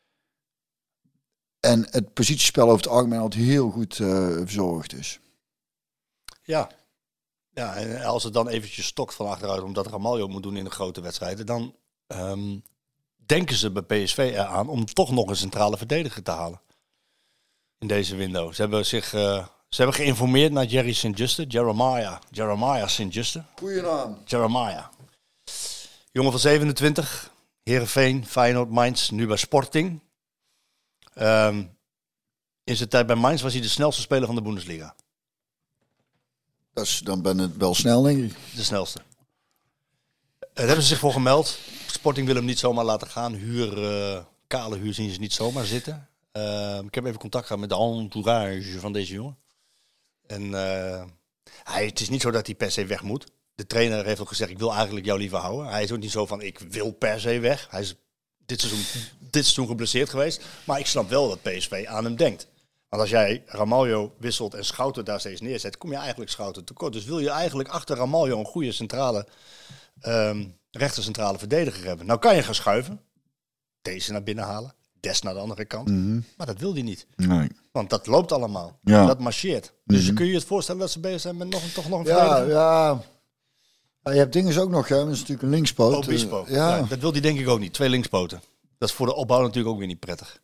en het positiespel over het algemeen altijd heel goed uh, verzorgd is. Ja. Ja, en als het dan eventjes stokt van achteruit omdat Ramaljo moet doen in de grote wedstrijden, dan um, denken ze bij P S V eraan om toch nog een centrale verdediger te halen. In deze window. Ze hebben zich... Uh, Ze hebben geïnformeerd naar Jerry Sint-Juste, Jeremiah, Jeremiah Sint-Juste. Goeie naam. Jeremiah. Jongen van zevenentwintig, Heerenveen, Feyenoord, Mainz, nu bij Sporting. Um, in zijn tijd bij Mainz was hij de snelste speler van de Bundesliga. Dat is, dan ben het wel snel, denk ik. De snelste. Daar hebben ze zich voor gemeld. Sporting wil hem niet zomaar laten gaan. Huur, uh, kale huur zien ze niet zomaar zitten. Uh, ik heb even contact gehad met de entourage van deze jongen. En uh, hij, het is niet zo dat hij per se weg moet. De trainer heeft ook gezegd, ik wil eigenlijk jou liever houden. Hij is ook niet zo van, ik wil per se weg. Hij is dit seizoen, dit seizoen geblesseerd geweest. Maar ik snap wel dat P S V aan hem denkt. Want als jij Ramaljo wisselt en Schouten daar steeds neerzet, kom je eigenlijk Schouten tekort. Dus wil je eigenlijk achter Ramaljo een goede centrale, um, rechter centrale verdediger hebben. Nou kan je gaan schuiven. Deze naar binnen halen. Des naar de andere kant. Mm-hmm. Maar dat wil hij niet. Nee. Want dat loopt allemaal. Ja. Dat marcheert. Mm-hmm. Dus kun je je het voorstellen dat ze bezig zijn met nog een, toch nog een ja, verdediger? ja. Ja, je hebt dingen ook nog, hè. Dat is natuurlijk een linkspoot. Obispo. Uh, ja. Ja, dat wil hij denk ik ook niet. Twee linkspoten. Dat is voor de opbouw natuurlijk ook weer niet prettig.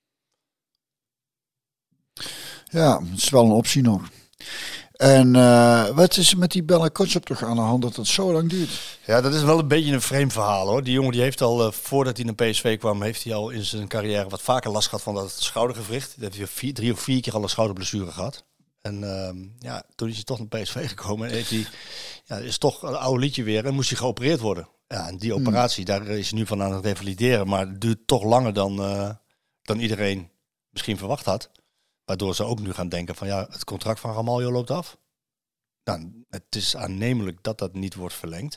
Ja, het is wel een optie nog. En uh, wat is er met die Bella Kotschap toch aan de hand dat het zo lang duurt? Ja, dat is wel een beetje een vreemd verhaal hoor. Die jongen die heeft al, uh, voordat hij naar P S V kwam, heeft hij al in zijn carrière wat vaker last gehad van dat schoudergewricht. Dat heeft hij vier, drie of vier keer al een schouderblessure gehad. En uh, ja, toen is hij toch naar P S V gekomen en heeft hij, ja, is toch een oude liedje weer en moest hij geopereerd worden. Ja, en die operatie, hmm. daar is hij nu van aan het revalideren, maar het duurt toch langer dan, uh, dan iedereen misschien verwacht had. Waardoor ze ook nu gaan denken van ja, het contract van Ramaljo loopt af. Nou, het is aannemelijk dat dat niet wordt verlengd.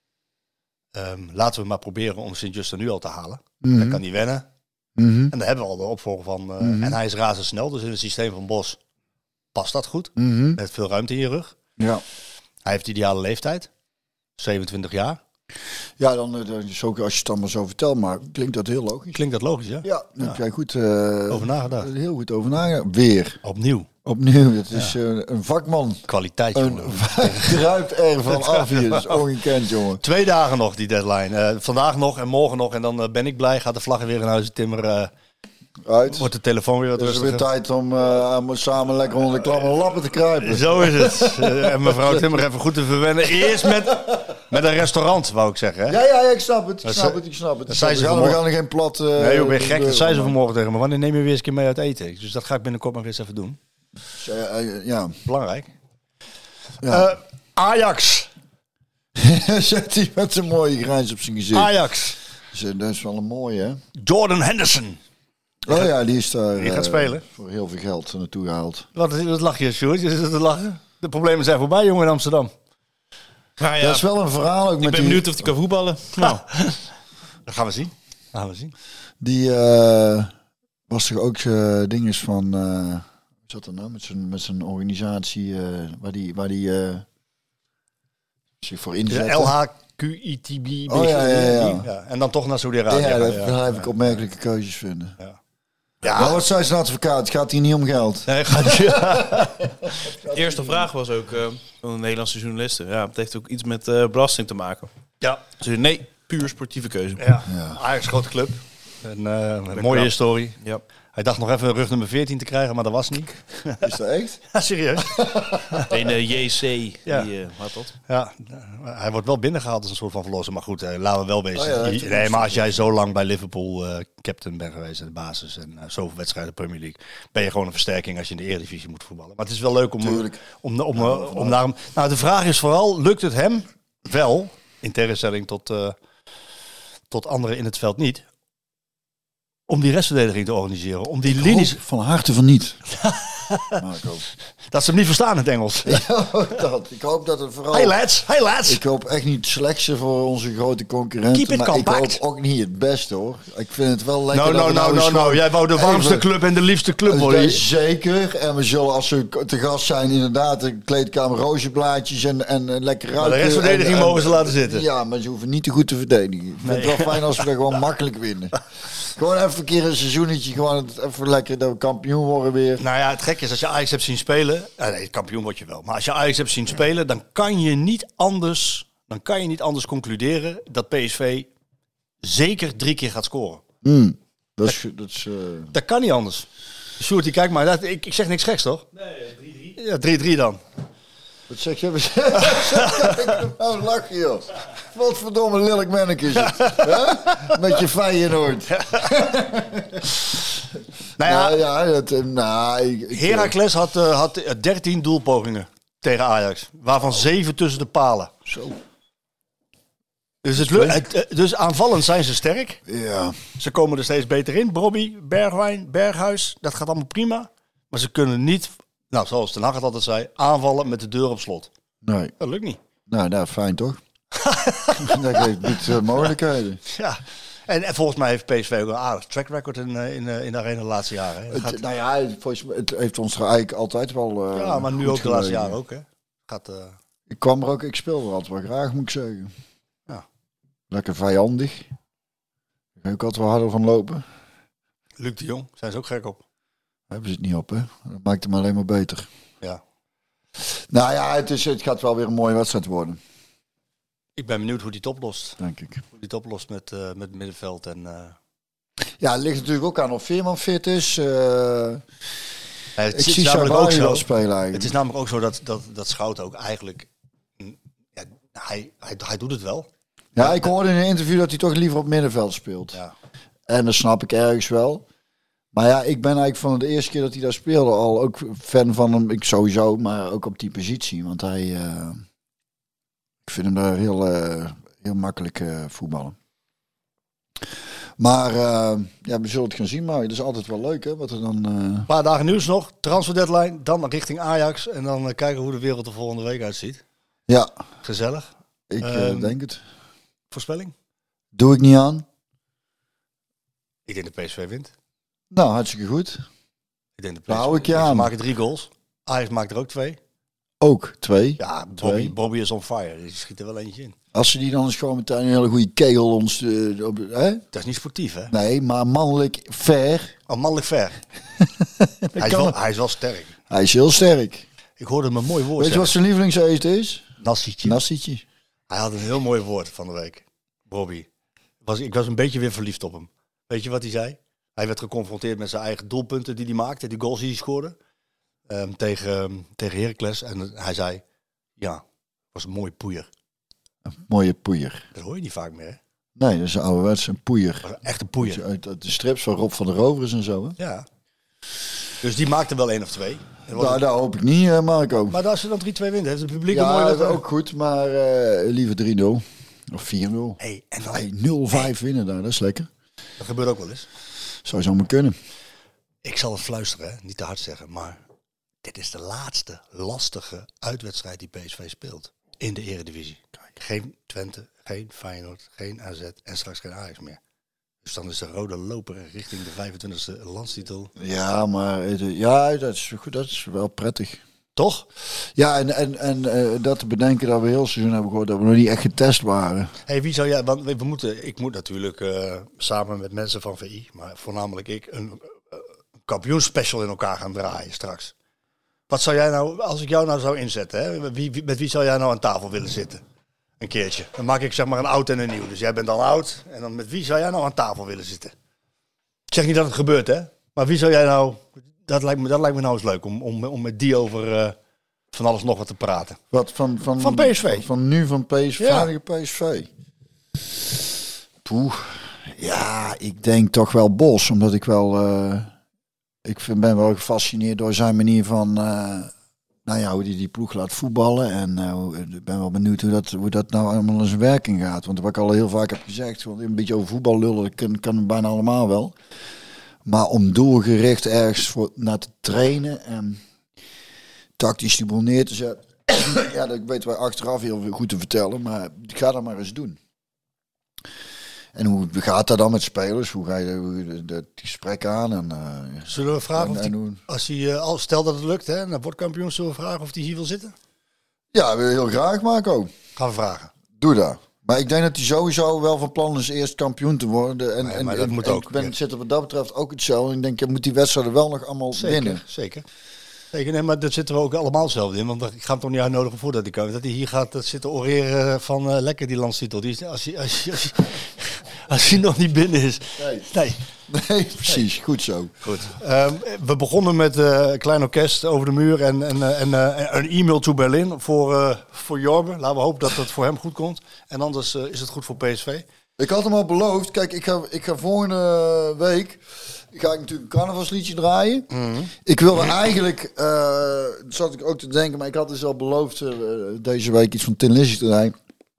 Um, laten we maar proberen om Sint-Juste nu al te halen. Mm-hmm. Dan kan hij wennen. Mm-hmm. En dan hebben we al de opvolger van. Uh, mm-hmm. En hij is razendsnel, dus in het systeem van Bos past dat goed. Mm-hmm. Met veel ruimte in je rug. Ja. Hij heeft de ideale leeftijd. zevenentwintig jaar. Ja, dan, dan zo, als je het dan maar zo vertelt, maar klinkt dat heel logisch. Klinkt dat logisch, hè? Ja, daar heb jij goed uh, over nagedacht. Heel goed over nagedacht. Weer. Opnieuw. Opnieuw, het is ja. uh, een vakman. Kwaliteit, jongen. Druipt er van af hier, dat is ongekend, jongen. Twee dagen nog, die deadline. Uh, vandaag nog en morgen nog. En dan uh, ben ik blij, gaat de vlag weer in huis timmeren. Uh, Uit. Wordt de telefoon weer wat Het is rustiger. weer tijd om uh, samen lekker onder de klamme lappen te kruipen. Zo is het. Uh, en mevrouw Timmer even goed te verwennen. Eerst met, met een restaurant, wou ik zeggen. Hè? Ja, ja, ja, ik snap het. Ik snap het, ik snap het. Dat we, gaan, we gaan er geen plat... Uh, nee, joh, ben je gek. Dat zei ze vanmorgen tegen me. Wanneer neem je weer eens een keer mee uit eten? Dus dat ga ik binnenkort nog eens even doen. Uh, uh, ja. Belangrijk. Ja. Uh, Ajax. Zet hij met een mooie grijns op zijn gezicht. Ajax. Dat is wel een mooie, hè? Jordan Henderson. Oh ja, die is daar die gaat uh, spelen. Voor heel veel geld naartoe gehaald. Wat, wat lach je, Sjoerd? Je zit te lachen. De problemen zijn voorbij, jongen, in Amsterdam. Nou ja, dat is wel een verhaal ook ik met ben die... benieuwd of hij kan voetballen. Nou, dat gaan we zien. Dat gaan we zien. Die uh, was toch ook uh, dinges van... Uh, wat zat er nou? Met zijn, met zijn organisatie uh, waar die, waar die uh, zich voor inzette. De L H Q I T B. Oh ja, ja, ja. ja. En dan toch naar Saudi-Arabië. Ja, dat ja, blijf ja, ik opmerkelijke keuzes vinden. Ja. Ja. Maar wat zei zijn advocaat? Het gaat hier niet om geld. Nee, gaat ja. De eerste vraag was ook uh, van een Nederlandse journalisten. Ja, het heeft ook iets met uh, belasting te maken. Ja. Dus nee, puur sportieve keuze. Ja. Ja. Ajax, grote club. En, uh, een mooie knap. Historie. Ja. Hij dacht nog even rug nummer veertien te krijgen, maar dat was niet. Is dat echt? Ja, serieus. Een uh, J C, ja. die uh, had dat. Ja, hij wordt wel binnengehaald als een soort van verlosser. Maar goed, uh, laten we wel wezen. Oh ja, nee, maar als jij zo lang bij Liverpool uh, captain bent geweest in de basis en uh, zoveel wedstrijden Premier League, ben je gewoon een versterking als je in de Eredivisie moet voetballen. Maar het is wel leuk om, om, om, om, ja, om, om naar hem... Nou, de vraag is vooral, lukt het hem wel, in tegenstelling tot, uh, tot anderen in het veld niet, om die restverdediging te organiseren, om die ik linies... hoop van harte van niet. Marco. Dat ze hem niet verstaan in het Engels. Ja, dat. Ik hoop dat het vooral... Hey lads, hey lads. Ik hoop echt niet het slechtste voor onze grote concurrenten. Keep it maar compact. ik hoop ook niet het beste, hoor. Ik vind het wel lekker Nou, dat nou, we nou, nou, eens nou. Jij wou de warmste even... club en de liefste club Ja, worden. zeker. En we zullen, als we te gast zijn, inderdaad de kleedkamer rozenblaadjes en, en, en lekker ruiken. Maar de restverdediging en, en, mogen ze laten zitten. Ja, maar ze hoeven niet te goed te verdedigen. Ik vind Nee. het wel fijn als we dat gewoon makkelijk winnen. Gewoon even een keer een seizoenetje, gewoon even lekker dat we kampioen worden weer. Nou ja, het gekke is, als je Ajax hebt zien spelen... Eh, nee, kampioen word je wel. Maar als je Ajax hebt zien spelen, dan kan je niet anders... Dan kan je niet anders concluderen dat P S V zeker drie keer gaat scoren. Mm, dat is... Dat, is, uh... dat kan niet anders. Sjoerd, die kijk maar. Dat, ik, ik zeg niks geks, toch? Nee, drie drie. Ja, drie drie dan. Wat zeg je? Nou, lachen, joh. Wat verdomme lelijk manneke is het. Huh? Met je Feyenoord. Nou ja, nou, ja dat, nou, ik, ik, Heracles had, uh, had dertien doelpogingen tegen Ajax. Waarvan zeven tussen de palen. Zo. Dus, het, het, dus aanvallend zijn ze sterk. Ja. Ze komen er steeds beter in. Brobby, Bergwijn, Berghuis. Dat gaat allemaal prima. Maar ze kunnen niet, nou, zoals Ten Hag het altijd zei, aanvallen met de deur op slot. Nee. Dat lukt niet. Nou, nou fijn toch? Dat geeft niet uh, mogelijkheden. Ja. En, en volgens mij heeft P S V ook een aardig track record in, in, in de arena de laatste jaren. Hè. Het, Gaat... nou ja, volgens mij, het heeft ons er eigenlijk altijd wel uh, Ja, maar nu ook de laatste jaren ook. Hè. Gaat, uh... Ik kwam er ook, ik speelde er altijd wel graag, moet ik zeggen. Ja. Lekker vijandig. Daar ga ik ook altijd wel harder van lopen. Luc de Jong, zijn ze ook gek op. Daar hebben ze het niet op, hè? Dat maakt hem alleen maar beter. Ja. Nou ja, het, is, het gaat wel weer een mooie wedstrijd worden. Ik ben benieuwd hoe die het oplost. Denk ik. Hoe die het oplost met, uh, met middenveld en... Uh... Ja, het ligt natuurlijk ook aan of Veerman fit is. Uh, ja, het ik is zie namelijk Sabali ook zo. wel spelen eigenlijk. Het is namelijk ook zo dat, dat, dat Schouten ook eigenlijk... Ja, hij, hij, hij doet het wel. Ja, ik hoorde in een interview dat hij toch liever op middenveld speelt. Ja. En dat snap ik ergens wel. Maar ja, ik ben eigenlijk van de eerste keer dat hij daar speelde al ook fan van hem. Ik sowieso, maar ook op die positie. Want hij, uh, ik vind hem daar heel, uh, heel makkelijk uh, voetballen. Maar uh, ja, we zullen het gaan zien. Maar het is altijd wel leuk, hè? Wat er dan. Uh... Een paar dagen nieuws nog. Transfer deadline. Dan richting Ajax. En dan uh, kijken hoe de wereld er volgende week uitziet. Ja. Gezellig. Ik uh, um, denk het. Voorspelling? Doe ik niet aan. Ik denk dat P S V wint. Nou, hartstikke goed. Ik denk dat P S V. Nou, hou ik je aan. Ze maken drie goals. Ajax maakt er ook twee. Ook twee. Ja, Bobby, twee. Bobby is on fire. Die schiet er wel eentje in. Als ze die dan eens gewoon meteen een hele goede kegel ons... Uh, op, hè? Dat is niet sportief, hè? Nee, maar mannelijk fair. Oh, mannelijk ver. hij, is wel, hij is wel sterk. Hij is heel sterk. Ik hoorde hem een mooi woord Weet je wat zijn lievelingseten is? Nassietje. Nassietje. Hij had een heel mooi woord van de week. Bobby. Was, ik was een beetje weer verliefd op hem. Weet je wat hij zei? Hij werd geconfronteerd met zijn eigen doelpunten die hij maakte. Die goals die hij scoorde. Um, tegen, um, tegen Heracles. En hij zei... Ja, was een mooie poeier. Een mooie poeier. Dat hoor je niet vaak meer, hè? Nee, dat is een ouderwets een poeier. Was een echte poeier. Uit, uit de strips van Rob van der Rovers en zo, hè? Ja. Dus die maakte wel één of twee. Nou, het... daar hoop ik niet, uh, Marco. Maar als ze dan drie twee winnen, heeft het publiek ja, een mooie... Ja, dat is ook goed, maar uh, liever drie nul. Of vier nul. Hey, en dan... hey, nul vijf winnen daar, dat is lekker. Dat gebeurt ook wel eens. Zou zo maar kunnen. Ik zal het fluisteren, hè? Niet te hard zeggen, maar... Dit is de laatste lastige uitwedstrijd die P S V speelt. In de Eredivisie. Geen Twente, geen Feyenoord, geen A Z en straks geen Ajax meer. Dus dan is de rode loper richting de vijfentwintigste landstitel. Ja, maar ja, dat is goed. Dat is wel prettig. Toch? Ja, en, en, en uh, dat te bedenken dat we heel seizoen hebben gehoord dat we nog niet echt getest waren. Hey, wie zou jij, want we moeten, ik moet natuurlijk uh, samen met mensen van V I, maar voornamelijk ik, een uh, kampioenspecial in elkaar gaan draaien straks. Wat zou jij nou, als ik jou nou zou inzetten, hè? Wie, wie, met wie zou jij nou aan tafel willen zitten? Een keertje. Dan maak ik zeg maar een oud en een nieuw. Dus jij bent dan oud. En dan met wie zou jij nou aan tafel willen zitten? Ik zeg niet dat het gebeurt, hè. Maar wie zou jij nou... Dat lijkt me, dat lijkt me nou eens leuk. Om, om, om met die over uh, van alles nog wat te praten. Wat? Van, van, van P S V? Van, van nu van P S V? Ja. P S V. Poeh. Ja, ik denk toch wel Bos. Omdat ik wel... Uh, ik vind, ben wel gefascineerd door zijn manier van... Uh, nou ja, hoe hij die ploeg laat voetballen. En uh, ik ben wel benieuwd hoe dat, hoe dat nou allemaal in zijn werking gaat. Want wat ik al heel vaak heb gezegd, want een beetje over voetbal lullen, kan, kan bijna allemaal wel. Maar om doelgericht ergens voor, naar te trainen en tactisch die boel neer te zetten. Ja, dat weten wij achteraf heel goed te vertellen, maar ga dat maar eens doen. En hoe gaat dat dan met spelers? Hoe ga je het gesprek aan? En, uh, zullen we vragen en, of die, hoe... als hij, uh, al stel dat het lukt, hè, naar wordkampioen, zullen we vragen of hij hier wil zitten? Ja, heel graag, Marco. Gaan we vragen. Doe dat. Maar ik denk dat hij sowieso wel van plan is eerst kampioen te worden. En, nee, maar en, dat en, moet en ook. Ik ben, Ja. zit er wat dat betreft ook hetzelfde. Ik denk, je moet die wedstrijden wel nog allemaal Zeker, winnen. zeker. Zeker, nee, maar daar zitten we ook allemaal hetzelfde in. Want ik ga hem toch niet uitnodigen voordat hij kan. Dat hij hier gaat zitten oreren van uh, lekker die landstitel. Die is, als, hij, als, hij, als, hij, als hij nog niet binnen is. Nee, nee. nee precies. Nee. Goed zo. Goed. Um, we begonnen met uh, een klein orkest over de muur en, en, uh, en uh, een e-mail to Berlin voor, uh, voor Jorbe. Laten we hopen dat het voor hem goed komt. En anders uh, is het goed voor P S V. Ik had hem al beloofd. Kijk, ik ga, ik ga volgende week... ga ik natuurlijk een carnavalsliedje draaien. Mm-hmm. Ik wilde eigenlijk... Uh, zat ik ook te denken, maar ik had dus al beloofd... Uh, deze week iets van Tin Lizzy te draaien.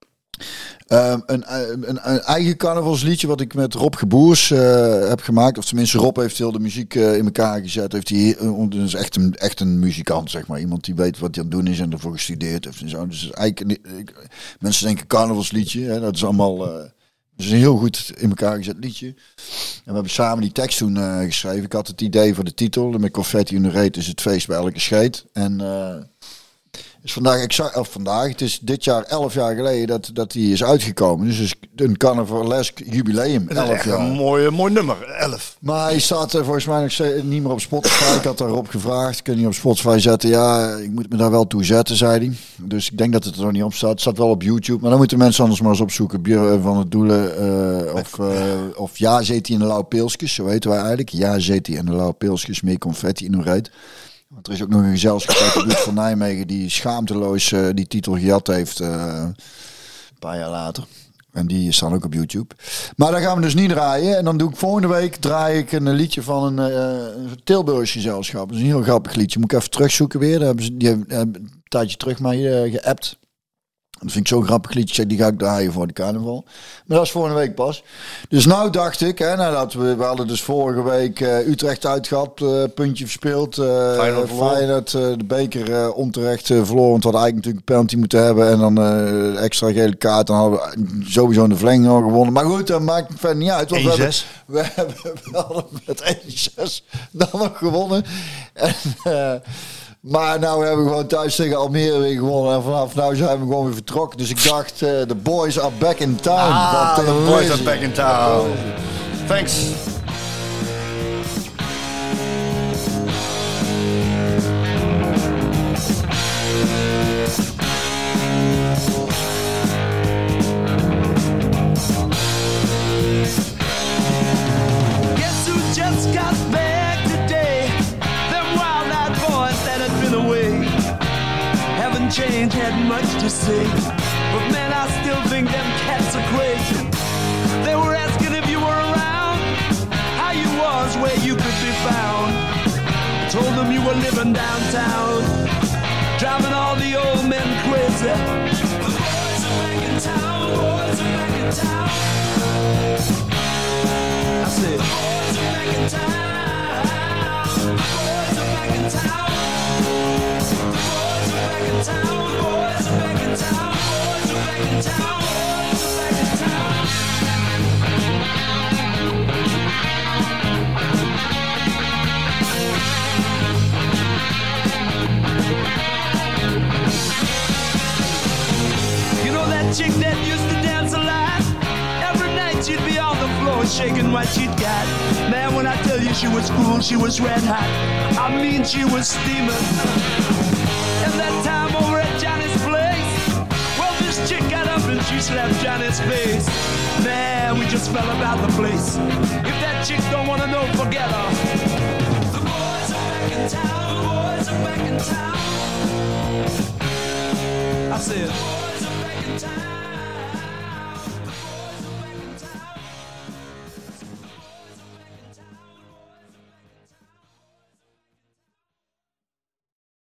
Uh, een, een, een eigen carnavalsliedje wat ik met Rob Geboers uh, heb gemaakt. Of tenminste, Rob heeft heel de muziek uh, in elkaar gezet. Heeft hij, uh, dus echt een, echt een muzikant, zeg maar. Iemand die weet wat hij aan het doen is en ervoor gestudeerd heeft. En zo. Dus eigenlijk, ik, mensen denken carnavalsliedje. Hè, dat is allemaal... Uh, Het is een heel goed in elkaar gezet liedje. En we hebben samen die tekst toen uh, geschreven. Ik had het idee voor de titel. Met confetti in de reet is het feest bij elke scheet. En uh, is vandaag, exact, of vandaag, het is dit jaar elf jaar geleden dat, dat die is uitgekomen. Dus het is een carnavalesk jubileum. elf jaar. Een mooi, mooi nummer, elf. Maar hij staat uh, volgens mij nog steeds niet meer op Spotify. Ik had daarop gevraagd. Kun je op Spotify zetten? Ja, ik moet me daar wel toe zetten, zei hij. Dus ik denk dat het er nog niet op staat. Het staat wel op YouTube. Maar dan moeten mensen anders maar eens opzoeken. Björn van het Doelen. Uh, of, uh, of Ja, zet hij in de lauwe pilsjes. Zo weten wij eigenlijk. Ja, zet hij in de lauwe pilsjes. Meer confetti in de reet. Want er is ook nog een gezelschap uit de buurt van Nijmegen die schaamteloos uh, die titel gejat heeft uh, een paar jaar later. En die staan ook op YouTube. Maar daar gaan we dus niet draaien. En dan doe ik volgende week draai ik een liedje van een, uh, een Tilburgs gezelschap. Dat is een heel grappig liedje. Moet ik even terugzoeken weer. Daar hebben ze, die hebben een tijdje terug mij uh, geappt. Dat vind ik zo'n grappig liedje. Zeg, die ga ik draaien voor de carnaval. Maar dat is volgende week pas. Dus nou dacht ik, hè, nadat we, we hadden dus vorige week uh, Utrecht uitgehad, uh, puntje verspeeld. Uh, Feyenoord, Feyenoord uh, de beker uh, onterecht uh, verloren. Want we hadden eigenlijk natuurlijk een penalty moeten hebben. En dan uh, extra gele kaart. Dan hadden we sowieso in de verlenging al gewonnen. Maar goed, dat maakt verder niet uit. Want één zes. we, hebben, we, hebben, we hadden met één zes dan nog gewonnen. En... Uh, Maar nou hebben we gewoon thuis tegen Almere weer gewonnen. En vanaf nou zijn we gewoon weer vertrokken. Dus ik dacht, uh, the boys are back in town. Ah, the boys are back in town. Thanks. Guess who just got back today? Them wild-eyed boys that had been away. Haven't changed, had much to say. But man, I still think them cats are crazy. They were asking if you were around, how you was, where you could be found. I told them you were living downtown, driving all the old men crazy. The boys are back in town, boys are back in town. I said, boys are back in town, boys are back in town. Boys are back in town, boys are back in town, boys are back in town, boys are back in town. You know that chick that used to dance a lot? Every night she'd be on the floor shaking what she'd got. Man, when I tell you she was cool, she was red hot. I mean, she was steaming. And that time over at Johnny's place, well, this chick got up and she slapped Johnny's face. Man, we just fell about the place. If that chick don't wanna know, forget her. The boys are back in town, the boys are back in town. I said,